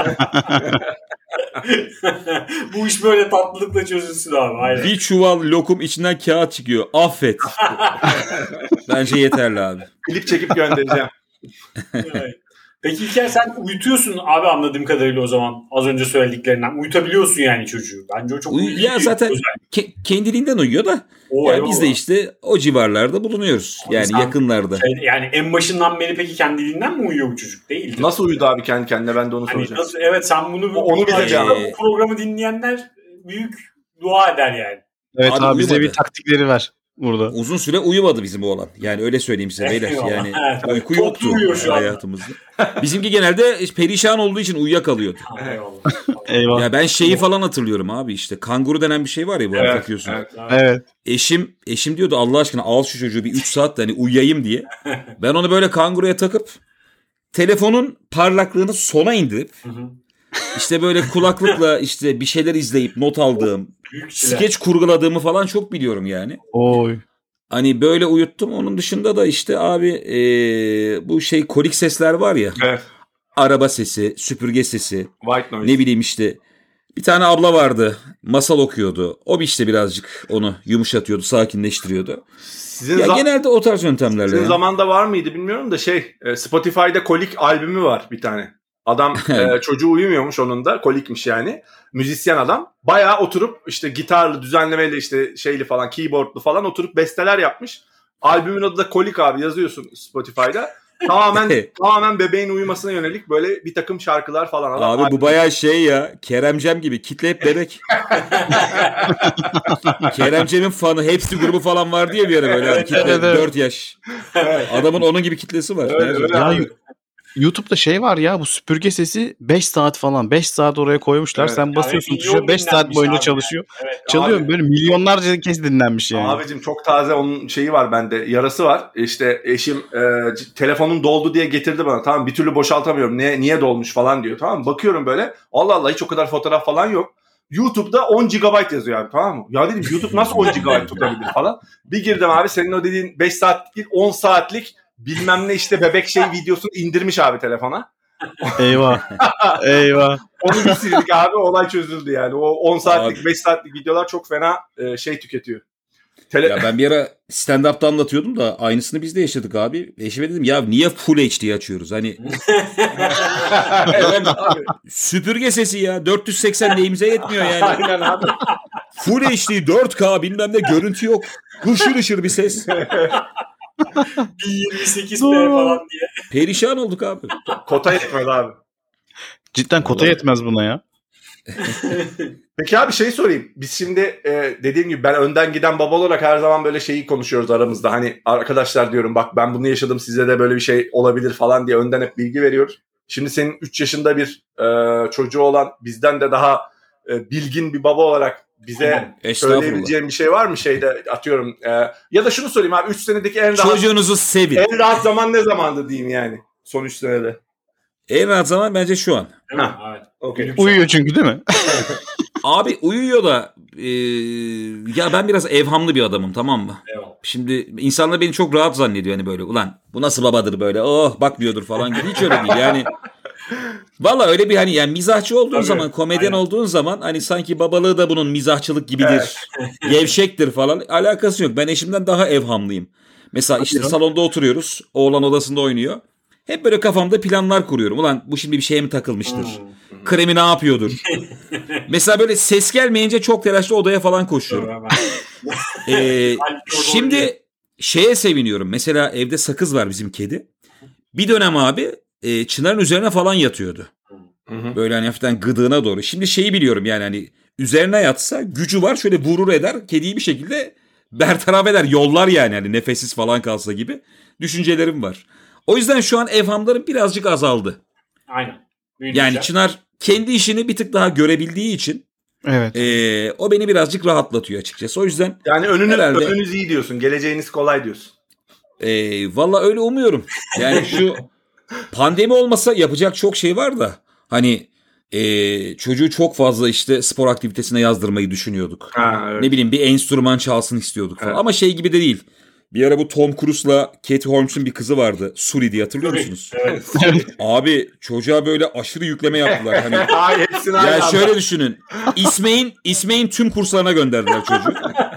Bu iş böyle tatlılıkla çözülsün abi. Aynen. Bir çuval lokum, içinden kağıt çıkıyor. Affet. Bence yeterli abi. Klip çekip göndereceğim. Evet. Peki İlker sen uyutuyorsun abi anladığım kadarıyla o zaman az önce söylediklerinden. Uyutabiliyorsun yani çocuğu. Bence o çok Uy- iyi ya bir zaten özellik. ke- kendiliğinden uyuyor da. Oo, Yani biz de eyvallah. işte o civarlarda bulunuyoruz. Abi Yani sen- yakınlarda. Şey, yani en başından beri peki kendiliğinden mi uyuyor bu çocuk? Değildir. Nasıl uyudu abi kendi kendine, ben de onu Hani soracağım. nasıl, evet sen bunu O- onu bize bu cevap- programı dinleyenler büyük dua eder yani. Evet Abi abi, bize uyumadı. bir taktikleri ver burada. Uzun süre uyumadı bizim oğlan. Yani öyle söyleyeyim size beyler. Eyvallah. Yani Evet, uyku toplu yoktu uyuyor şu anda. hayatımızda. Bizimki genelde perişan olduğu için uyuyakalıyordu. Ha, eyvallah. Eyvah. Ya ben şeyi falan hatırlıyorum abi, işte kanguru denen bir şey var ya, bu Evet, takıyorsun. evet. Evet. Eşim eşim diyordu Allah aşkına al şu çocuğu bir üç saat de hani uyuyayım diye. Ben onu böyle kanguruya takıp telefonun parlaklığını sona indirip Hı hı. işte böyle kulaklıkla işte bir şeyler izleyip not aldığım, Büyük çile. skeç kurguladığımı falan çok biliyorum yani. Oy. Hani böyle uyuttum. Onun dışında da işte abi eee, bu şey kolik sesler var ya. Evet. Araba sesi, süpürge sesi, White noise. ne bileyim işte. Bir tane abla vardı, masal okuyordu. O bir işte birazcık onu yumuşatıyordu, sakinleştiriyordu. Sizin, Ya za- genelde o tarz yöntemlerle. sizin ya. zamanda var mıydı bilmiyorum da şey e, Spotify'da Kolik albümü var bir tane. Adam e, çocuğu uyumuyormuş onun da, kolikmiş yani. Müzisyen adam. Bayağı oturup işte gitarlı, düzenlemeli, işte şeyli falan, keyboardlu falan oturup besteler yapmış. Albümün adı da Kolik abi, yazıyorsun Spotify'da. Tamamen tamamen bebeğin uyumasına yönelik böyle bir takım şarkılar falan. Adam Abi bu bayağı şey ya, Keremcem gibi, kitle hep bebek. Keremcem'in fanı, hepsi grubu falan vardı ya bir ara böyle. Evet, Kitle evet, evet. dört yaş. Adamın onun gibi kitlesi var. Öyle, Nerede? öyle Ya abi. YouTube'da şey var ya, bu süpürge sesi beş saat falan. beş saat oraya koymuşlar. Evet. Sen basıyorsun Yani tuşa, milyon beş saat dinlenmiş boyunca abi çalışıyor. Evet. Çalıyor Abi. böyle milyonlarca kez dinlenmiş yani. Abicim çok taze, onun şeyi var bende, yarası var. İşte eşim e, c- telefonun doldu diye getirdi bana. Tamam, bir türlü boşaltamıyorum. Ne, niye dolmuş falan diyor. Tamam, bakıyorum böyle. Allah Allah, hiç o kadar fotoğraf falan yok. YouTube'da on gigabayt yazıyor abi, tamam mı? Ya dedim YouTube nasıl on gigabayt tutabilir falan. Bir girdim abi, senin o dediğin beş saatlik on saatlik bilmem ne işte bebek şey videosunu indirmiş abi telefona. Eyvah. Eyvah. Onu bir sildik abi, olay çözüldü yani. O on saatlik Abi. beş saatlik videolar çok fena e, şey tüketiyor. Tele... Ya ben bir ara stand-up'ta anlatıyordum da aynısını biz de yaşadık abi. Eşime dedim ya niye Full H D açıyoruz? Hani evet abi. süpürge sesi ya. dört yüz seksen neyimize yetmiyor yani. Aynen abi. Full H D dört K bilmem ne görüntü yok. Hışır hışır bir ses. bin yirmi sekiz p falan diye. Perişan olduk abi. Kota yetmedi abi. Cidden kota yetmez buna ya. Peki abi şey sorayım. Biz şimdi e, dediğim gibi ben önden giden baba olarak her zaman böyle şeyi konuşuyoruz aramızda. Hani arkadaşlar diyorum bak ben bunu yaşadım, size de böyle bir şey olabilir falan diye önden hep bilgi veriyoruz. Şimdi senin üç yaşında bir e, çocuğu olan, bizden de daha e, bilgin bir baba olarak bize Estağfurullah. söyleyebileceğin bir şey var mı şeyde, atıyorum. E, ya da şunu sorayım abi, üç senedeki en rahat, Çocuğunuzu sevin. en rahat zaman ne zamandı diyeyim yani son üç senede. En rahat zaman bence şu an. Değil mi? Ha. Evet. Okay. Uyuyor çünkü değil mi? Abi uyuyor da e, ya ben biraz evhamlı bir adamım, tamam mı? Eyvallah. Şimdi insanlar beni çok rahat zannediyor hani böyle. Ulan bu nasıl babadır böyle, oh bakmıyordur falan gibi. Hiç öyle değil yani. Valla öyle bir hani yani mizahçı olduğun Tabii, zaman, komedyen aynen. olduğun zaman hani sanki babalığı da bunun mizahçılık gibidir. Gevşektir falan. Alakası yok. Ben eşimden daha evhamlıyım. Mesela işte ya. salonda oturuyoruz. Oğlan odasında oynuyor. Hep böyle kafamda planlar kuruyorum. Ulan bu şimdi bir şeye mi takılmıştır? Hmm. Kremi ne yapıyordur? Mesela böyle ses gelmeyince çok telaşlı odaya falan koşuyorum. Hemen. Ee, Halbuki o da şimdi oluyor. şeye seviniyorum. Mesela evde sakız var bizim kedi. Bir dönem abi e, Çınar'ın üzerine falan yatıyordu. Hı hı. Böyle hani hafiften gıdığına doğru. Şimdi şeyi biliyorum yani hani üzerine yatsa gücü var, şöyle vurur eder. Kediyi bir şekilde bertaraf eder. Yollar yani hani nefessiz falan kalsa gibi düşüncelerim var. O yüzden şu an evhamlarım birazcık azaldı. Aynen. Büyüdükçe. Yani Çınar kendi işini bir tık daha görebildiği için Evet. e, o beni birazcık rahatlatıyor açıkçası. O yüzden Yani önünüz, Herhalde- önünüz iyi diyorsun. Geleceğiniz kolay diyorsun. e, valla öyle umuyorum. Yani şu pandemi olmasa yapacak çok şey var da hani e, çocuğu çok fazla işte spor aktivitesine yazdırmayı düşünüyorduk. Ha, evet. Ne bileyim bir enstrüman çalsın istiyorduk falan. Evet. Ama şey gibi de değil. Bir ara bu Tom Cruise'la Katie Holmes'un bir kızı vardı. Suri diye hatırlıyor musunuz? Evet. Abi çocuğa böyle aşırı yükleme yaptılar. Hani Hayır, hepsini aynı ya anda. şöyle düşünün. İsmail'in İsmail'in tüm kurslarına gönderdiler çocuğu.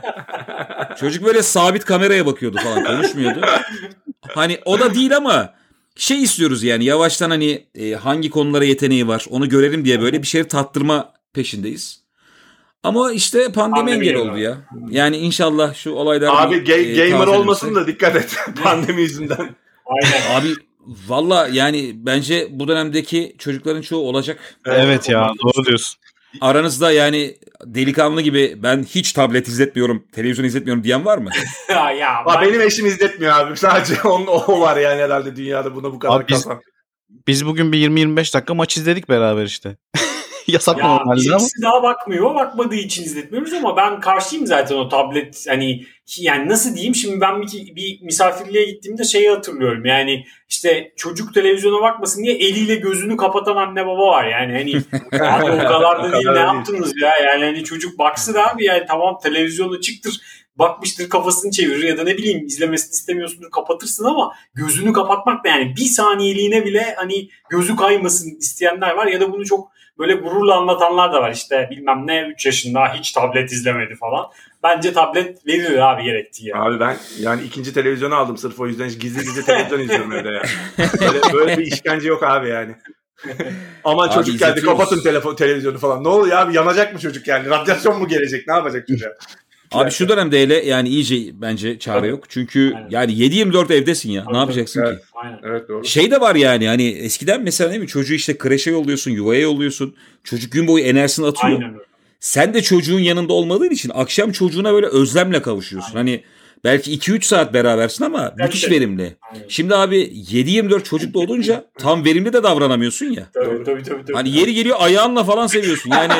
Çocuk böyle sabit kameraya bakıyordu falan, konuşmuyordu. Hani o da değil ama şey istiyoruz yani yavaştan hani e, hangi konulara yeteneği var onu görelim diye böyle bir şey tattırma peşindeyiz. Ama işte pandemi, Pandemi engel geldi oldu abi. ya. Yani inşallah şu olaylar Abi bir, gay- e, gamer tazelenirse. olmasın da dikkat et pandemi yüzünden. Aynen. Abi valla yani bence bu dönemdeki çocukların çoğu olacak. Evet ya, doğru diyorsun. Aranızda yani delikanlı gibi ben hiç tablet izletmiyorum, televizyon izletmiyorum diyen var mı? ya, ya Aa, ben- benim eşim izletmiyor abi. Sadece onun, o var yani herhalde dünyada buna bu kadar Abi biz- kafan. Biz bugün bir yirmi yirmi beş dakika maç izledik beraber işte. Yasak Ya normalde ama. bizimkisi daha bakmıyor. Bakmadığı için izletmiyoruz ama ben karşıyım zaten o tablet, hani yani nasıl diyeyim, şimdi ben bir, bir misafirliğe gittiğimde şeyi hatırlıyorum. Yani işte çocuk televizyona bakmasın diye eliyle gözünü kapatan anne baba var. Yani hani abi o kadar da O değil, kadar ne değil. yaptınız ya? Yani hani çocuk baksın abi, yani tamam televizyonu çıktır, bakmıştır, kafasını çevirir ya da ne bileyim izlemesini istemiyorsundur, kapatırsın ama gözünü kapatmak da yani bir saniyeliğine bile hani gözü kaymasın isteyenler var ya da bunu çok böyle gururla anlatanlar da var. İşte bilmem ne üç yaşında hiç tablet izlemedi falan. Bence tablet verilir abi gerektiği ya. Abi ben yani ikinci televizyonu aldım sırf o yüzden, gizli gizli televizyon izliyorum evde ya. Böyle, böyle bir işkence yok abi yani. Aman Abi çocuk geldi, izletiyoruz. kapatın telefon televizyonu falan. Ne oluyor abi, yanacak mı çocuk yani? Radyasyon mu gelecek? Ne yapacak çocuğa? Abi şu dönemde hele yani iyice bence çare Tabii. yok. Çünkü Aynen. yani yedi yirmi dört evdesin ya. Tabii, ne yapacaksın tabii. ki? Aynen. Evet doğru. Şey de var yani hani eskiden mesela değil mi? Çocuğu işte kreşe yolluyorsun, yuvaya yolluyorsun. Çocuk gün boyu enerjisini atıyor. Aynen öyle. Sen de çocuğun yanında olmadığın için akşam çocuğuna böyle özlemle kavuşuyorsun. Hani belki iki üç saat berabersin ama müthiş Gerçekten. verimli. Aynen. Şimdi abi yedi yirmi dört çocukla olunca tam verimli de davranamıyorsun ya. Tabii, tabii, tabii, tabii. Hani yeri geliyor ayağınla falan seviyorsun. Yani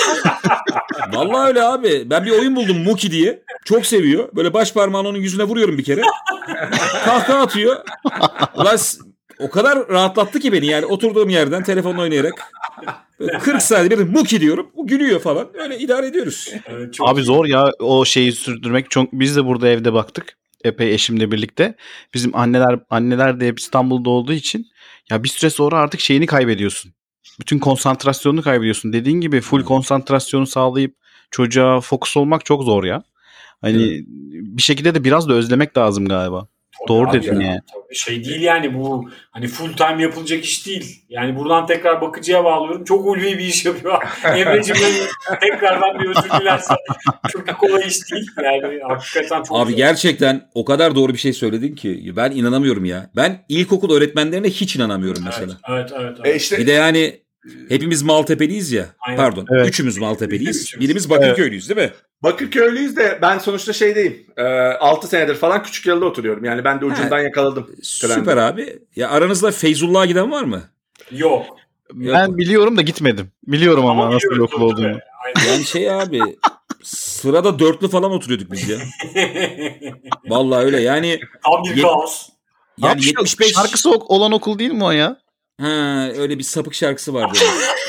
vallahi öyle abi. Ben bir oyun buldum Muki diye. Çok seviyor. Böyle baş parmağını onun yüzüne vuruyorum bir kere. Kahkaha atıyor. Ulan s- o kadar rahatlattı ki beni yani oturduğum yerden telefonla oynayarak. Böyle kırk saat bir Muki diyorum. O gülüyor falan. Öyle idare ediyoruz. Evet, çok Abi iyi. zor ya o şeyi sürdürmek. Çok, biz de burada evde baktık. epey eşimle birlikte. Bizim anneler anneler de hep İstanbul'da olduğu için ya bir süre sonra artık şeyini kaybediyorsun. Bütün konsantrasyonunu kaybediyorsun. Dediğin gibi full konsantrasyonu sağlayıp çocuğa fokus olmak çok zor ya. Hani evet. Bir şekilde de biraz da özlemek lazım galiba. Tabii doğru dedin ya. Yani. Şey değil yani bu hani full time yapılacak iş değil. Yani buradan tekrar bakıcıya bağlıyorum. Çok ulvi bir iş yapıyor. Emre'cim tekrardan bir özür dilersen çok kolay iş değil. Yani hakikaten çok Abi zor. Gerçekten o kadar doğru bir şey söyledin ki ben inanamıyorum ya. Ben ilkokul öğretmenlerine hiç inanamıyorum mesela. Evet, evet, evet. E işte... Bir de yani hepimiz Maltepe'liyiz ya. Aynen. Pardon. Evet. Üçümüz Maltepe'liyiz. Birimiz Bakırköylüyüz değil mi? Bakırköylüyüz de ben sonuçta şeydeyim. E, altı senedir falan Küçükyalı'da oturuyorum. Yani ben de ucundan ha, yakaladım. Süper trendi. Abi. Ya aranızda Feyzullah'a giden var mı? Yok. Ben Yok. biliyorum da gitmedim. Biliyorum ama, ama nasıl bir okul olduğunu. Yani şey abi sırada dörtlü falan oturuyorduk biz ya. Vallahi öyle yani. Tam bir kaos. Yani yetmiş beş şarkısı olan okul değil mi o ya? Ha öyle bir sapık şarkısı vardı.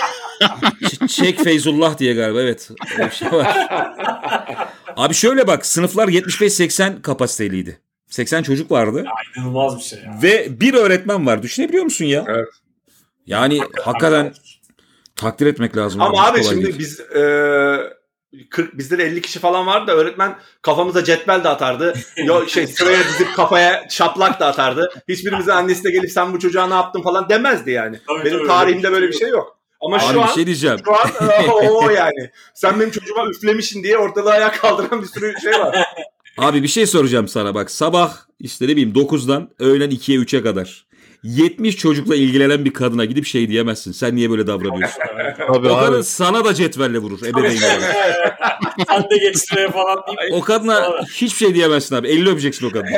Çek Feyzullah diye galiba evet. Öyle bir şey var. Abi şöyle bak sınıflar yetmiş beş seksen kapasiteliydi. seksen çocuk vardı. Ya, inanılmaz bir şey ya. Ve bir öğretmen var. Düşünebiliyor musun ya? Evet. Yani hakikaten takdir etmek lazım. Ama abi şimdi değil. Biz e, kırk bizde de elli kişi falan vardı da öğretmen kafamıza cetvel de atardı. Yo şey sıraya dizip kafaya şaplak da atardı. Hiçbirimizin annesi de gelip sen bu çocuğa ne yaptın falan demezdi yani. Tabii, benim tabii, tarihimde öyle, böyle bir şey yok. Ama abi şu an, şey diyeceğim. Şu an o yani. Sen benim çocuğuma üflemişsin diye ortalığı ayağa kaldıran bir sürü şey var. Abi bir şey soracağım sana bak. Sabah işte ne bileyim dokuzdan öğlen ikiye üçe kadar. yetmiş çocukla ilgilenen bir kadına gidip şey diyemezsin. Sen niye böyle davranıyorsun? Abi, o kadın sana da cetvelle vurur. Ebeveynler. Sen de geç sıraya falan deyip. O kadına hiçbir şey diyemezsin abi. Elini öpeceksin o kadına.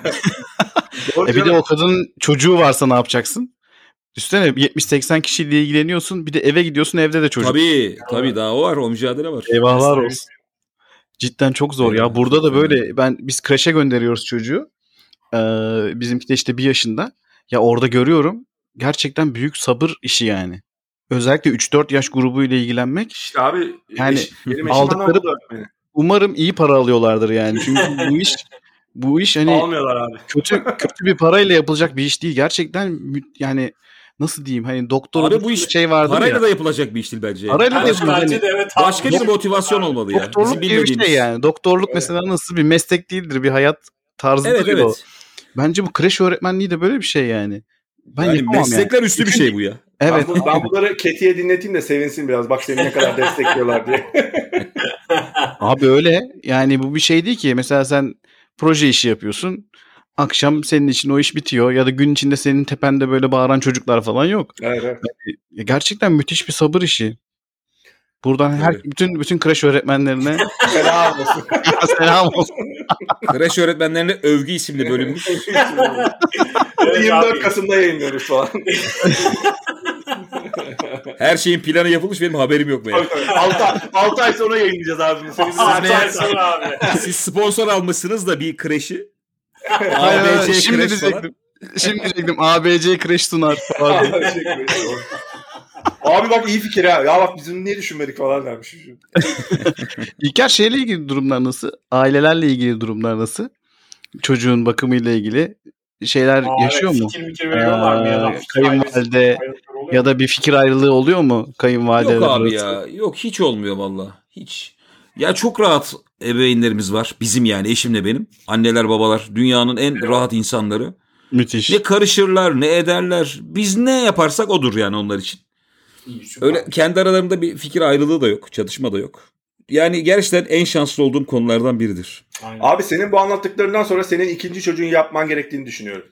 e bir de o kadının çocuğu varsa ne yapacaksın? Üstüne yetmiş seksen kişiyle ilgileniyorsun. Bir de eve gidiyorsun evde de çocuk. Tabii tabii daha o var. O mücadele var. Eyvahlar olsun. Cidden çok zor ya. Burada da böyle ben biz kreşe gönderiyoruz çocuğu. Ee, bizimki de işte bir yaşında. Ya orada görüyorum gerçekten büyük sabır işi yani. Özellikle üç dört yaş grubuyla ilgilenmek. İşte abi yani eş, aldıkları umarım iyi para alıyorlardır yani. Çünkü bu iş bu iş hani almıyorlar abi. Kötü kötü bir parayla yapılacak bir iş değil. Gerçekten yani nasıl diyeyim hani doktor abi bu iş şey vardı parayla ya. Da yapılacak bir iş değil bence. Parayla da yapılacak. Bence de evet. Başka bir motivasyon olmalı ya. Doktorluk gibi bir şey yani. Doktorluk evet. Mesela nasıl bir meslek değildir, bir hayat tarzıdır evet, evet. o. Bence bu kreş öğretmenliği de böyle bir şey yani. Ben yani meslekler yani. Üstü bir şey bu ya. Evet. Ben, ben bunları Keti'ye dinleteyim de sevinsin biraz. Bak seni ne kadar destekliyorlar diye. Abi öyle. Yani bu bir şey değil ki. Mesela sen proje işi yapıyorsun. Akşam senin için o iş bitiyor. Ya da gün içinde senin tepende böyle bağıran çocuklar falan yok. Evet, evet. Yani gerçekten müthiş bir sabır işi. Buradan her evet. bütün bütün kreş öğretmenlerine selam olsun. Selam olsun. Kreş öğretmenlerine övgü isimli bölümümüz. yirmi dört Kasım'da yayınlıyoruz falan. Her şeyin planı yapılmış benim haberim yok benim. altı ay sonra yayınlayacağız abi. altı ay sonra abi. Siz sponsor almışsınız da bir kreşi. A B C şimdi diyecektim. Şimdi diyecektim A B C kreş sunar. Abi bak iyi fikir ha. Ya bak biz bunu niye düşünmedik falan dermiş. İlker şeyle ilgili durumlar nasıl? Ailelerle ilgili durumlar nasıl? Çocuğun bakımıyla ilgili şeyler Aa, yaşıyor evet, mu? Fikir mikir veriyorlar mı ya da kayınvalide ya da bir fikir ayrılığı oluyor mu kayınvalideler? Yok abi ya. Yok hiç olmuyor valla. Hiç. Ya çok rahat ebeveynlerimiz var. Bizim yani eşimle benim. Anneler babalar dünyanın en evet. rahat insanları. Müthiş. Ne karışırlar ne ederler. Biz ne yaparsak odur yani onlar için. İyi, öyle kendi aralarında bir fikir ayrılığı da yok. Çatışma da yok. Yani gerçekten en şanslı olduğum konulardan biridir. Aynen. Abi senin bu anlattıklarından sonra senin ikinci çocuğun yapman gerektiğini düşünüyorum.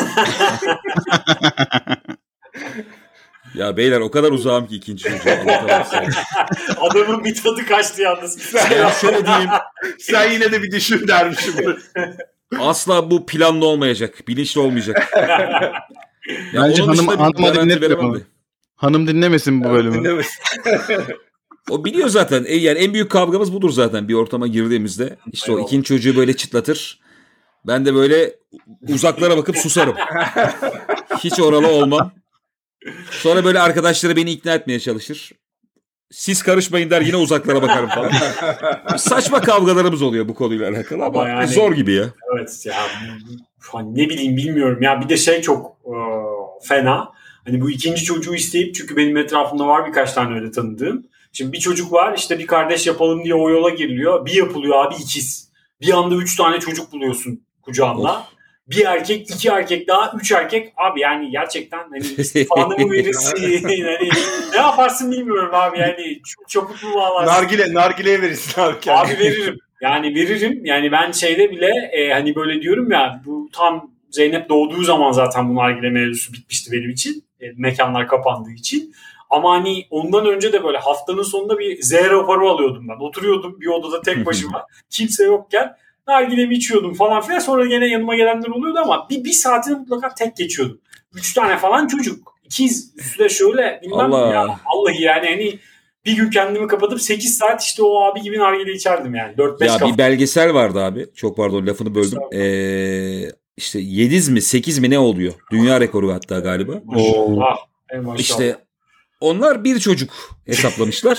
Ya beyler o kadar uzağım ki ikinci çocuğu. Adamın bir tadı kaçtı yalnız. Ya şöyle diyeyim. Sen yine de bir düşün dermişim. Asla bu planlı olmayacak. Bilinçli olmayacak. Ya bence hanım, hanıma dinletmiyor. Hanım dinlemesin bu bölümü. Dinlemesin. O biliyor zaten. E, yani en büyük kavgamız budur zaten bir ortama girdiğimizde. İşte o ikinci çocuğu böyle çıtlatır. Ben de böyle uzaklara bakıp susarım. Hiç oralı olmam. Sonra böyle arkadaşları beni ikna etmeye çalışır. Siz karışmayın der, yine uzaklara bakarım falan. Saçma kavgalarımız oluyor bu konuyla alakalı ama, ama yani, zor gibi ya. Evet ya, hani ne bileyim bilmiyorum ya, bir de şey çok e, fena. Hani bu ikinci çocuğu isteyip, çünkü benim etrafımda var birkaç tane öyle tanıdığım. Şimdi bir çocuk var, işte bir kardeş yapalım diye o yola giriliyor. Bir yapılıyor abi, ikiz. Bir anda üç tane çocuk buluyorsun kucağında. Of. Bir erkek, iki erkek daha, üç erkek. Abi yani gerçekten hani istifanı mı verirsin? hani, ne yaparsın bilmiyorum abi yani. Çok çabuk mu bağlarsın? Nargile, nargileye verirsin abi kendine. Abi veririm. Yani veririm. Yani ben şeyde bile e, hani böyle diyorum ya, bu tam Zeynep doğduğu zaman zaten bu nargile mevzusu bitmişti benim için. E, mekanlar kapandığı için. Ama hani ondan önce de böyle haftanın sonunda bir Z raporu alıyordum ben. Oturuyordum bir odada tek başıma. Kimse yokken nargilemi içiyordum falan filan. Sonra gene yanıma gelenler oluyordu ama bir, bir saatini mutlaka tek geçiyordum. Üç tane falan çocuk. İkiz üstüne şöyle bilmem Allah. ya. Vallahi yani hani bir gün kendimi kapatıp sekiz saat işte o abi gibi nargile içerdim yani. dört beş ya kafa. Bir belgesel vardı abi. Çok pardon lafını böldüm. Ee, işte yedi mi sekiz mi ne oluyor? Dünya rekoru hatta galiba. Maşallah. Ey maşallah. İşte onlar bir çocuk hesaplamışlar.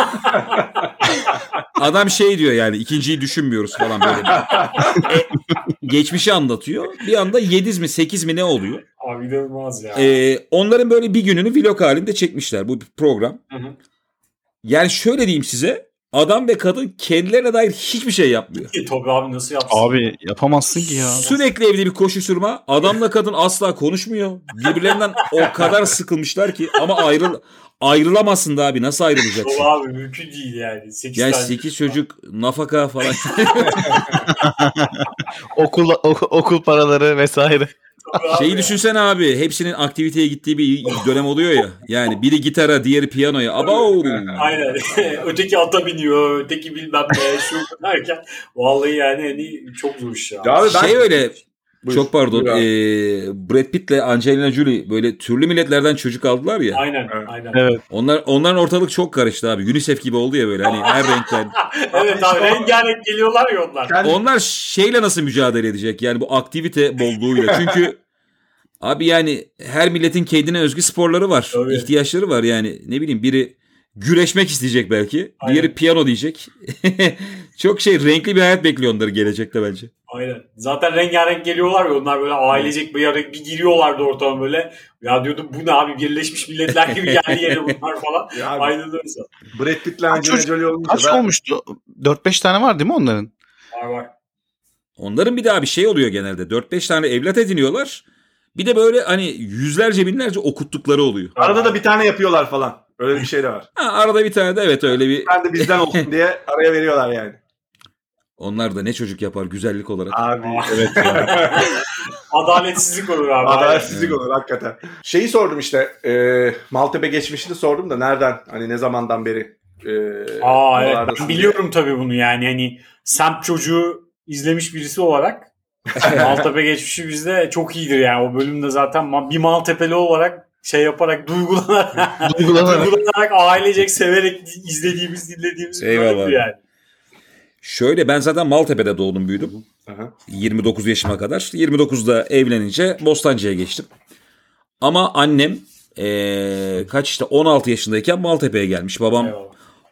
Adam şey diyor yani, ikinciyi düşünmüyoruz falan böyle. e, geçmişi anlatıyor. Bir anda yedi mi sekiz mi ne oluyor? Abi inanılmaz ya. Ee, onların böyle bir gününü vlog halinde çekmişler, bu bir program. Hı hı. Yani şöyle diyeyim size, adam ve kadın kendilerine dair hiçbir şey yapmıyor. E, tabii abi, nasıl yapsın? Abi yapamazsın ki ya. Sürekli evde bir koşuşturma. Adamla kadın asla konuşmuyor. Birbirlerinden o kadar sıkılmışlar ki, ama ayrıl ayrılamazsın da abi, nasıl ayrılacaksın? O abi mümkün değil yani. sekiz yani tane sekiz çocuk, nafaka falan. okul ok, okul paraları vesaire. Şeyi düşünsene abi, hepsinin aktiviteye gittiği bir dönem oluyor ya. Yani biri gitara, diğeri piyanoya. Abo! Aynen. Öteki ata biniyor, öteki bilmem ne, şu derken. Vallahi yani hani çok zor iş ya. ya abi ben... Şey öyle, buyur, çok pardon. Ee, Brad Pitt'le Angelina Jolie böyle türlü milletlerden çocuk aldılar ya. Aynen, aynen. Evet. Onlar, onların ortalık çok karıştı abi. UNICEF gibi oldu ya böyle, hani her renkten. Evet abi, rengarenk geliyorlar ya onlar. Kendi... Onlar şeyle nasıl mücadele edecek? Yani bu aktivite bolluğuyla. Çünkü abi yani her milletin kendine özgü sporları var. Tabii. İhtiyaçları var yani. Ne bileyim, biri güreşmek isteyecek belki. Aynen. Diğeri piyano diyecek. Çok şey, renkli bir hayat bekliyor onları gelecekte bence. Aynen. Zaten rengarenk geliyorlar ya onlar, böyle ailecek bir yere bir giriyorlardı ortama böyle. Ya diyordum bu ne abi, Birleşmiş Milletler gibi geldi yere bunlar falan. Aynen öyle. Brad Pitt'le Angelina Jolie olunca kaç ben... olmuştu? dört beş tane var değil mi onların? Var var. Onların bir daha bir şey oluyor genelde. dört beş tane evlat ediniyorlar. Bir de böyle hani yüzlerce binlerce okuttukları oluyor. Arada da bir tane yapıyorlar falan. Öyle bir şey de var. Ha, arada bir tane de evet öyle bir. Ben de bizden olsun diye araya veriyorlar yani. Onlar da ne çocuk yapar güzellik olarak. Abi evet ya. Adaletsizlik olur abi. Adaletsizlik olur hakikaten. Şeyi sordum işte. E, Maltepe geçmişini sordum da nereden? Hani ne zamandan beri? E, Aa evet. Ben biliyorum tabii bunu yani. Hani semt çocuğu izlemiş birisi olarak Maltepe geçmişi bizde çok iyidir yani. O bölümde zaten bir Maltepeli olarak şey yaparak duygulanarak, duygulanarak. duygulanarak ailecek severek izlediğimiz, dinlediğimiz bir bölümdü yani. Şöyle, ben zaten Maltepe'de doğdum büyüdüm. Aha. yirmi dokuz yaşıma kadar. yirmi dokuzda evlenince Bostancı'ya geçtim. Ama annem ee, kaç işte on altı yaşındayken Maltepe'ye gelmiş. Babam eyvallah.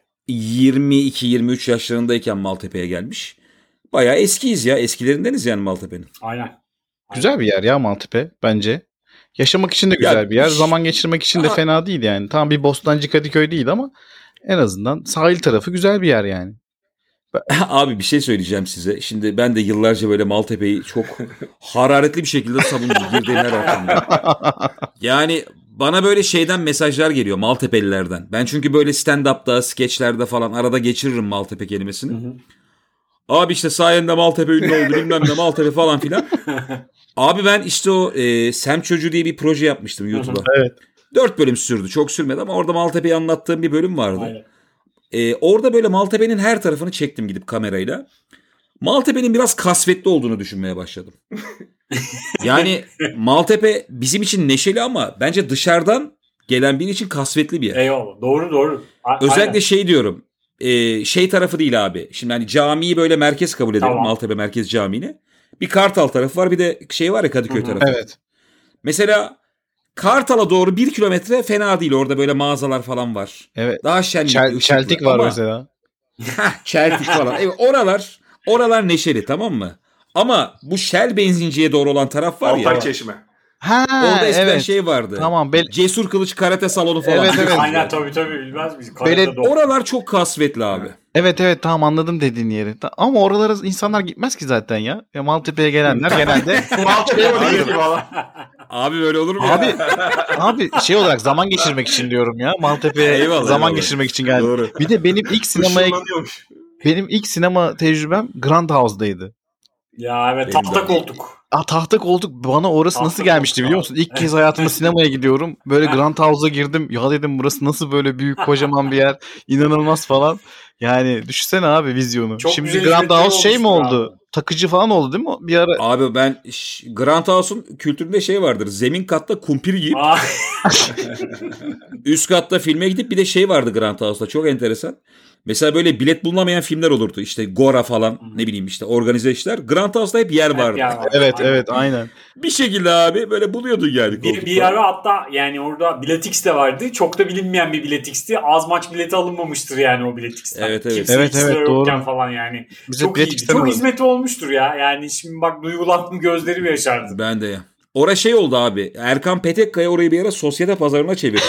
yirmi iki yirmi üç yaşlarındayken Maltepe'ye gelmiş. Bayağı eskiyiz ya. Eskilerindeniz yani Maltepe'nin. Aynen. Aynen. Güzel bir yer ya Maltepe bence. Yaşamak için de güzel ya, bir yer. Zaman geçirmek için de fena değil yani. Tam bir Bostancı Kadıköy değil ama en azından sahil tarafı güzel bir yer yani. Abi bir şey söyleyeceğim size. Şimdi ben de yıllarca böyle Maltepe'yi çok hararetli bir şekilde savundum girdiğim her ortamda. Yani bana böyle şeyden mesajlar geliyor Maltepelilerden. Ben çünkü böyle stand-up'ta, skeçlerde falan arada geçiririm Maltepe kelimesini. Hı hı. Abi işte sayende Maltepe ünlü oldu bilmem ne Maltepe falan filan. Abi ben işte o e, Semt Çocuğu diye bir proje yapmıştım YouTube'a. Evet. Dört bölüm sürdü, çok sürmedi ama orada Maltepe'yi anlattığım bir bölüm vardı. E, orada böyle Maltepe'nin her tarafını çektim gidip kamerayla. Maltepe'nin biraz kasvetli olduğunu düşünmeye başladım. Yani Maltepe bizim için neşeli ama bence dışarıdan gelen biri için kasvetli bir yer. Eyvallah, doğru doğru. A- Özellikle aynen. şey diyorum. E, şey tarafı değil abi. Şimdi hani camiyi böyle merkez kabul edelim. Tamam. Maltepe Merkez Camii'ni. Bir Kartal tarafı var, bir de şey var ya Kadıköy tarafı. Evet. Mesela Kartal'a doğru bir kilometre fena değil. Orada böyle mağazalar falan var. Evet. Daha şenlikli, Çel, ışıklı. çeltik var Ama- mesela. Heh, Çeltik falan. Evet, oralar oralar neşeli, tamam mı? Ama bu Shell benzinciye doğru olan taraf var ya. Altay Çeşme. Ha Orada eskiden evet. şey vardı. Tamam. Bel- Cesur Kılıç karate salonu falan. Evet, evet. Aynen tabii tabii bilmez miyiz? Böyle- Karate dog. Oralar çok kasvetli abi. evet evet tamam anladım dediğin yeri. Ta- Ama oralara insanlar gitmez ki zaten ya. Ya Maltepe'ye gelenler genelde Maltepe'ye değil ki valla. Abi böyle olur mu ya? abi abi şey olarak zaman geçirmek için diyorum ya. Maltepe'ye Eyvallah, zaman eyvallah. geçirmek için geldim. Doğru. Bir de benim ilk sinemaya Işınlanıyormuş. benim ilk sinema tecrübem Grand House'daydı. Ya evet Benim tahta de. koltuk. Aa, tahta koltuk bana orası Tahta nasıl gelmişti koltuk biliyor abi. musun? İlk kez hayatımda sinemaya gidiyorum. Böyle Grand House'a girdim. Ya dedim burası nasıl böyle büyük kocaman bir yer. İnanılmaz falan. Yani düşünsene abi vizyonu. Çok Şimdi güzel Grand hizmetleri House şey mi olmuştur oldu? Takıcı falan oldu değil mi? Bir ara Abi ben ş- Grand House'un kültüründe şey vardır. Zemin katta kumpir yiyip Aa, üst katta filme gidip bir de şey vardı Grand House'da. Çok enteresan. Mesela böyle bilet bulunamayan filmler olurdu. İşte Gora falan ne bileyim işte organize işler. Grand House'da hep yer vardı. ya, evet aynen. evet aynen. Bir şekilde abi böyle buluyordun yani. Bir, bir koltukları. ara hatta yani orada Biletix de vardı. Çok da bilinmeyen bir Biletix'ti. Az maç bileti alınmamıştır yani o Biletix'ten. Evet, evet. Kimse Evet, hiç sıra evet, yokken doğru. falan yani. Bize Çok bilet iyiydi. istemedi. Çok hizmeti olmuştur ya. Yani şimdi bak duygulandım gözlerim yaşardı. Ben de ya. Ora şey oldu abi. Erkan Petekkaya orayı bir ara sosyete pazarına çevirdi.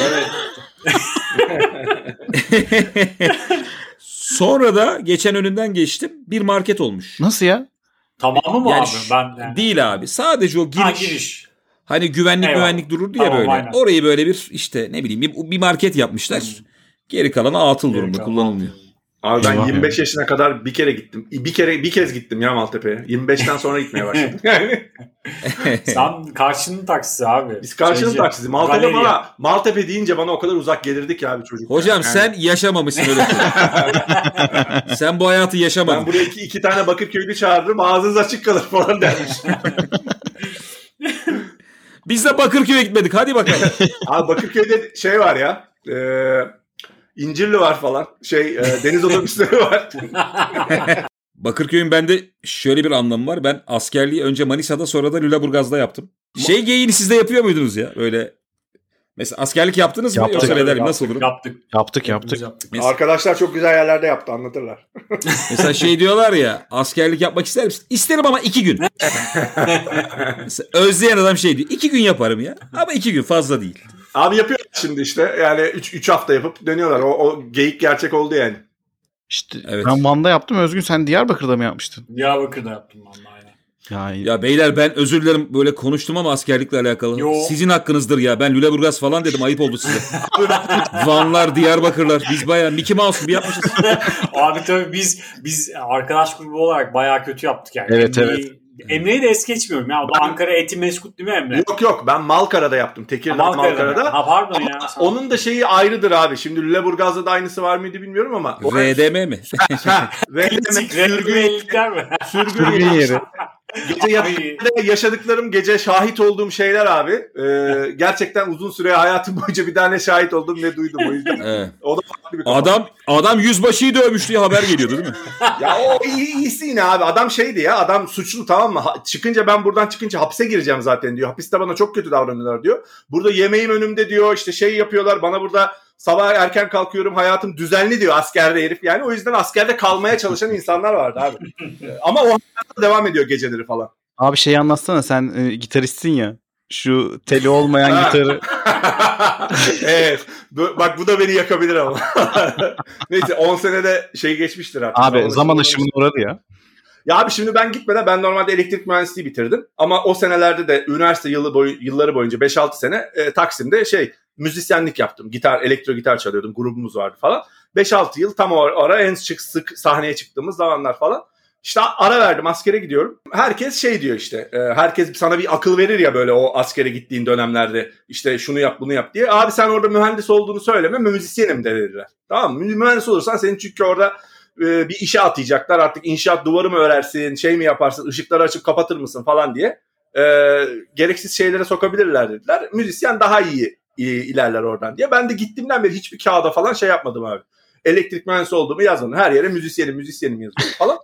Sonra da geçen önünden geçtim. Bir market olmuş. Nasıl ya? Tamamı mı Yani abi? ş- Ben yani. Değil abi. Sadece o giriş. Ha, giriş. Hani güvenlik Eyvallah. güvenlik dururdu ya Tamam, böyle. aynen. Orayı böyle bir işte ne bileyim bir, bir market yapmışlar. Geri kalanı atıl durumda Geri kalan- kullanılmıyor. Abi ben Eyvah yirmi beş yaşına kadar bir kere gittim. Bir kere bir kez gittim ya Maltepe'ye. yirmi beşten sonra gitmeye başladım. Yani Sen karşının taksisi abi. biz karşının Şeyci, taksisi. Maltepe galeriya. bana Maltepe deyince bana o kadar uzak gelirdi ki abi çocuk. Hocam Yani. sen yaşamamışsın öyle. Sen bu hayatı yaşamadın. Ben buraya iki, iki tane Bakırköy'lü çağırdım. Ağzınız açık kalır falan dermiş. Biz de Bakırköy'e gitmedik. Hadi bakalım. Abi Bakırköy'de şey var ya. E, İncirli var falan. Şey e, deniz otobüsleri var. Bakırköy'ün bende şöyle bir anlamı var. Ben askerliği önce Manisa'da sonra da Lüleburgaz'da yaptım. Şey geyiğini siz de yapıyor muydunuz ya? Böyle mesela askerlik yaptınız mı? Yaptık. Yoksa ne derim, Yaptık, nasıl olur? Yaptık. Yaptık Hepimiz yaptık. Mes- Arkadaşlar çok güzel yerlerde yaptı anlatırlar. Mesela şey diyorlar ya, askerlik yapmak ister misin? İsterim ama iki gün. Mesela özleyen adam şey diyor. İki gün yaparım ya. Ama iki gün fazla değil. Abi yapıyor şimdi işte. Yani üç hafta yapıp dönüyorlar. O, o geyik gerçek oldu yani. İşte Evet. ben Van'da yaptım. Özgün sen Diyarbakır'da mı yapmıştın? Diyarbakır'da yaptım vallahi. aynen. Ya, Ya beyler ben özür dilerim böyle konuştum ama askerlikle alakalı. Yo. Sizin hakkınızdır ya. Ben Lüleburgaz falan dedim, ayıp oldu size. Vanlar, Diyarbakırlar. Biz bayağı Mickey Mouse gibi yapmışız. Abi tabii biz biz arkadaş grubu olarak bayağı kötü yaptık yani. Evet, Emre'yi, Emre'yi de es geçmiyorum ya. O da Ankara Etimeskut değil mi Emre? Yok yok ben Malkara'da yaptım. Tekirdağ Malkara'da. Malkara'da. Ha pardon ya. Onun da şeyi ayrıdır abi. Şimdi Lüleburgaz'da da aynısı var mıydı bilmiyorum ama. O- R D M mi? Ha, ve Klasik sürgün, renklilikler mi? sürgün Sürgün yeri. Gece yat- yaşadıklarım, gece şahit olduğum şeyler abi. Ee, gerçekten uzun süre hayatım boyunca bir tane şahit oldum ne duydum o yüzden. Evet. O da farklı bir konu. Adam adam yüzbaşıyı dövmüş diye haber geliyordu değil mi? Ya o iyi, iyisi yine abi. Adam şeydi ya. Adam suçlu tamam mı? Ha- çıkınca ben buradan çıkınca hapse gireceğim zaten diyor. Hapiste bana çok kötü davranıyorlar diyor. Burada yemeğim önümde diyor. İşte şey yapıyorlar. Bana burada sabah erken kalkıyorum. Hayatım düzenli diyor askerde herif. Yani o yüzden askerde kalmaya çalışan insanlar vardı abi. Ee, Ama o hayatı devam ediyor geceleri falan. Abi şey anlatsana sen e, gitaristsin ya. Şu teli olmayan Ha. gitarı. Evet. Bu- bak bu da beni yakabilir ama. Neyse on senede şey geçmiştir artık. Abi zaman aşımı aşımına uğradı ya. Ya abi şimdi ben gitmeden ben normalde elektrik mühendisliği bitirdim. Ama o senelerde de üniversite yılı boyu, yılları boyunca beş altı sene e, Taksim'de şey müzisyenlik yaptım. Gitar, elektro gitar çalıyordum. Grubumuz vardı falan. beş altı yıl tam o ara en sık sık sahneye çıktığımız zamanlar falan. İşte ara verdim askere gidiyorum. Herkes şey diyor işte. E, herkes sana bir akıl verir ya böyle o askere gittiğin dönemlerde. İşte şunu yap bunu yap diye. Abi sen orada mühendis olduğunu söyleme müzisyenim de dediler. Tamam mı? Mühendis olursan senin çünkü orada bir işe atayacaklar artık inşaat duvarı mı örersin şey mi yaparsın ışıkları açıp kapatır mısın falan diye e, gereksiz şeylere sokabilirler dediler. Müzisyen daha iyi, iyi ilerler oradan diye. Ben de gittiğimden beri hiçbir kağıda falan şey yapmadım abi. Elektrik mühendisi olduğumu yazmadım. Her yere müzisyenim müzisyenim yazıyorum falan.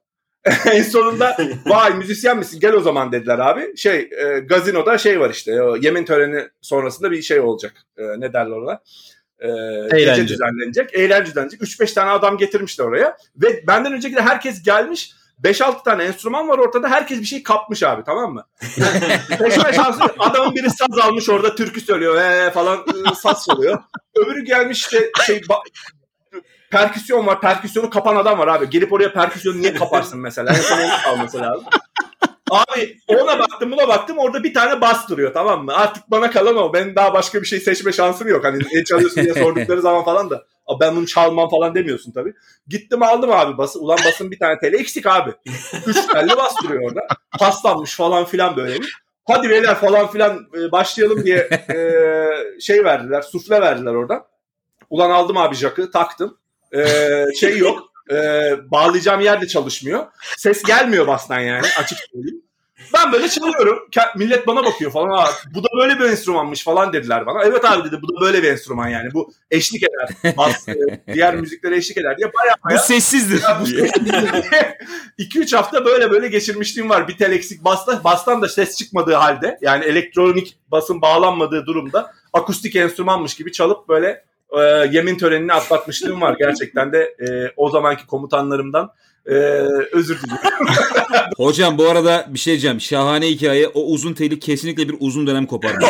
en sonunda vay müzisyen misin gel o zaman dediler abi. Şey e, gazinoda şey var işte o yemin töreni sonrasında bir şey olacak. E, ne derler ona? E, gece düzenlenecek. Eğlence düzenlenecek. üç beş tane adam getirmişler oraya. Ve benden önceki de herkes gelmiş. beş altı tane enstrüman var ortada. Herkes bir şey kapmış abi, tamam mı? Seçme şansı adamın biri saz almış orada türkü söylüyor ee, falan ıı, saz çalıyor. Öbürü gelmiş işte şey ba- perküsyon var. Perküsyonu kapan adam var abi. Gelip oraya perküsyonu niye kaparsın mesela? En son onu kalması lazım. Abi ona baktım buna baktım orada bir tane bas duruyor, tamam mı? Artık bana kalan o. Benim daha başka bir şey seçme şansım yok. Hani ne çalıyorsun diye sordukları zaman falan da ben bunu çalmam falan demiyorsun tabii. Gittim aldım abi bası. Ulan basın bir tane teli eksik abi. Üç telli bas duruyor orada. Paslanmış falan filan böyle bir. Hadi beyler falan filan başlayalım diye şey verdiler. Sufle verdiler oradan. Ulan aldım abi jakı taktım. Şey yok. Ee, bağlayacağım yer de çalışmıyor. Ses gelmiyor bastan yani açık söyleyeyim. Ben böyle çalıyorum. Millet bana bakıyor falan. Aa, bu da böyle bir enstrümanmış falan dediler bana. Evet abi dedi bu da böyle bir enstrüman yani. Bu eşlik eder. Bas, diğer müziklere eşlik eder diye baya baya. Bu sessizdir. iki üç hafta böyle böyle geçirmişliğim var. Bir tel eksik basta. Bastan da ses çıkmadığı halde. Yani elektronik basın bağlanmadığı durumda akustik enstrümanmış gibi çalıp böyle e, yemin törenini atlatmışlığım var. Gerçekten de e, o zamanki komutanlarımdan e, özür diliyorum. Hocam bu arada bir şey diyeceğim. Şahane hikaye. O uzun teli kesinlikle bir uzun dönem koparmış.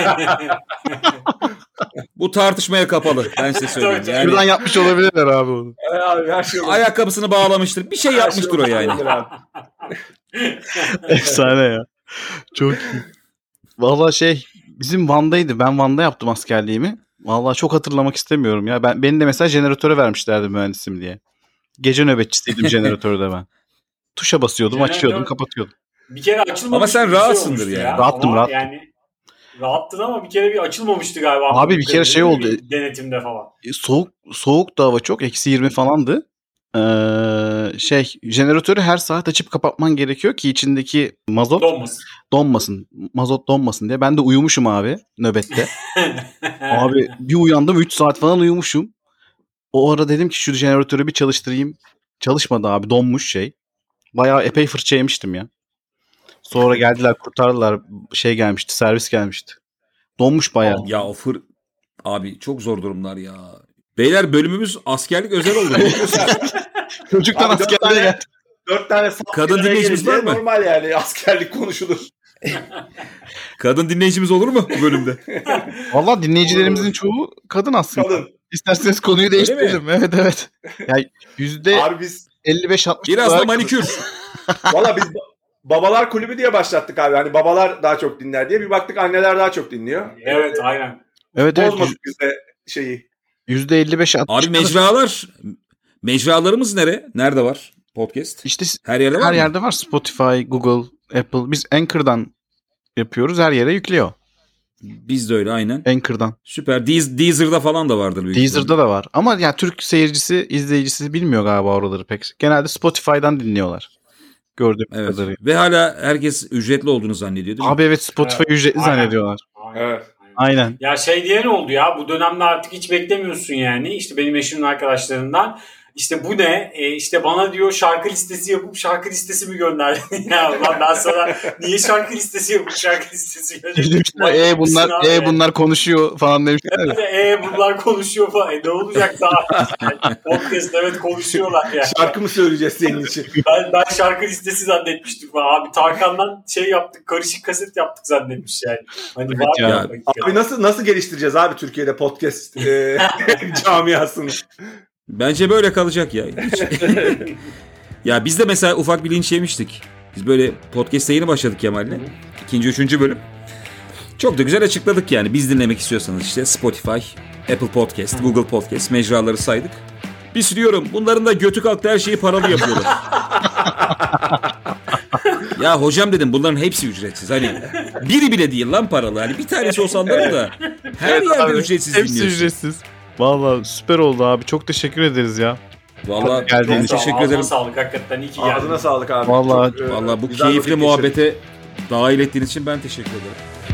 Bu tartışmaya kapalı. Ben size söyleyeyim. Yani, Şuradan yapmış olabilirler abi onu. Abi, her şey ayakkabısını bağlamıştır. Bir şey yapmıştır o yani. Efsane ya. Çok iyi. Valla şey bizim Van'daydı. Ben Van'da yaptım askerliğimi. Valla çok hatırlamak istemiyorum ya. Ben beni de mesela jeneratöre vermişlerdi mühendisim diye. Gece nöbetçisiydim jeneratörde ben. Tuşa basıyordum, Jeneratör, açıyordum, kapatıyordum. Bir kere açılmamış. Ama sen bir şey rahatsındır olmuştu yani. Ya. Rahattım, ama rahattım. Yani rahattın ama bir kere bir açılmamıştı galiba. Abi bir kere şey oldu. Denetimde falan. Soğuk soğuk da hava çok. Eksi yirmi falandı. Ee, şey jeneratörü her saat açıp kapatman gerekiyor ki içindeki mazot Donmasın. donmasın. Mazot donmasın diye. Ben de uyumuşum abi nöbette. Abi bir uyandım üç saat falan uyumuşum. O ara dedim ki şu jeneratörü bir çalıştırayım. Çalışmadı abi, donmuş şey. Bayağı epey fırça yemiştim ya. Sonra geldiler kurtardılar. Şey gelmişti, servis gelmişti. Donmuş bayağı. Ya o fır... Abi çok zor durumlar ya. Beyler bölümümüz askerlik özel oldu. Çocuktan Abi dört askerliğe tane- geldi. Dört tane Kadın dinleyicimiz var mı? Normal yani askerlik konuşulur. Kadın dinleyicimiz olur mu bu bölümde? Valla dinleyicilerimizin çoğu kadın aslında. Kadın. İsterseniz konuyu değiştirelim. Evet evet. Yani yüzde Abi biz elli beş altmış Biraz da kadın. manikür. valla biz ba- babalar kulübü diye başlattık abi. Hani babalar daha çok dinler diye. Bir baktık anneler daha çok dinliyor. Evet aynen. Evet evet. Bozmadık biz de şeyi. yüzde elli beş altmış. Abi mecralar. Mecralarımız nere? Nerede var podcast? İşte Her yerde var her mı? yerde var. Spotify, Google, Apple. Biz Anchor'dan yapıyoruz. Her yere yüklüyor. Biz de öyle aynen. Anchor'dan. Süper. Deez- Deezer'da falan da vardır büyük Deezer'da ihtimalle. da var. Ama yani Türk seyircisi, izleyicisi bilmiyor galiba oraları pek. Genelde Spotify'dan dinliyorlar. Gördüğüm Evet. kadarıyla. Ve hala herkes ücretli olduğunu zannediyor değil mi? Abi evet Spotify Evet. ücretli Aynen. zannediyorlar. Aynen. Evet. Aynen. Ya şey diye ne oldu ya? Bu dönemde artık hiç beklemiyorsun yani. İşte benim eşimin arkadaşlarından. İşte bu ne? E işte bana diyor şarkı listesi yapıp şarkı listesi mi gönderdin? Ya ulan ben sana niye şarkı listesi yapıp şarkı listesi gönderdim? Demişler, e bunlar e bunlar konuşuyor falan demişler. ya. E bunlar konuşuyor falan. E ne olacak daha? Yani podcast evet konuşuyorlar yani. Şarkı mı söyleyeceğiz senin için? Ben, ben şarkı listesi zannetmiştim. Abi Tarkan'dan şey yaptık, karışık kaset yaptık zannetmiş yani. Hani var ya. ya. Abi nasıl nasıl geliştireceğiz abi Türkiye'de podcast e, camiasını? Bence böyle kalacak ya. Hiç. Ya biz de mesela ufak bir linç yemiştik. Biz böyle podcast'e yeni başladık Kemal'le. İkinci, üçüncü bölüm. Çok da güzel açıkladık yani. Biz dinlemek istiyorsanız işte Spotify, Apple Podcast, Google Podcast mecraları saydık. Bir sürüyorum. Bunların da götü kalktı her şeyi paralı yapıyorlar. Ya hocam dedim bunların hepsi ücretsiz. Hani biri bile değil lan paralı. Hani bir tanesi olsa anlarım da. Her Evet yerde abi, ücretsiz hepsi dinliyorsun. ücretsiz. Valla süper oldu abi. Çok teşekkür ederiz ya. Valla Geldiğiniz çok için. teşekkür ederim. Ağzına sağlık hakikaten iyi ki geldin. Ağzına sağlık abi. Vallahi- Çok, e, Valla bu güzel keyifli vakit geçirdik. muhabbete dahil ettiğiniz için ben teşekkür ederim.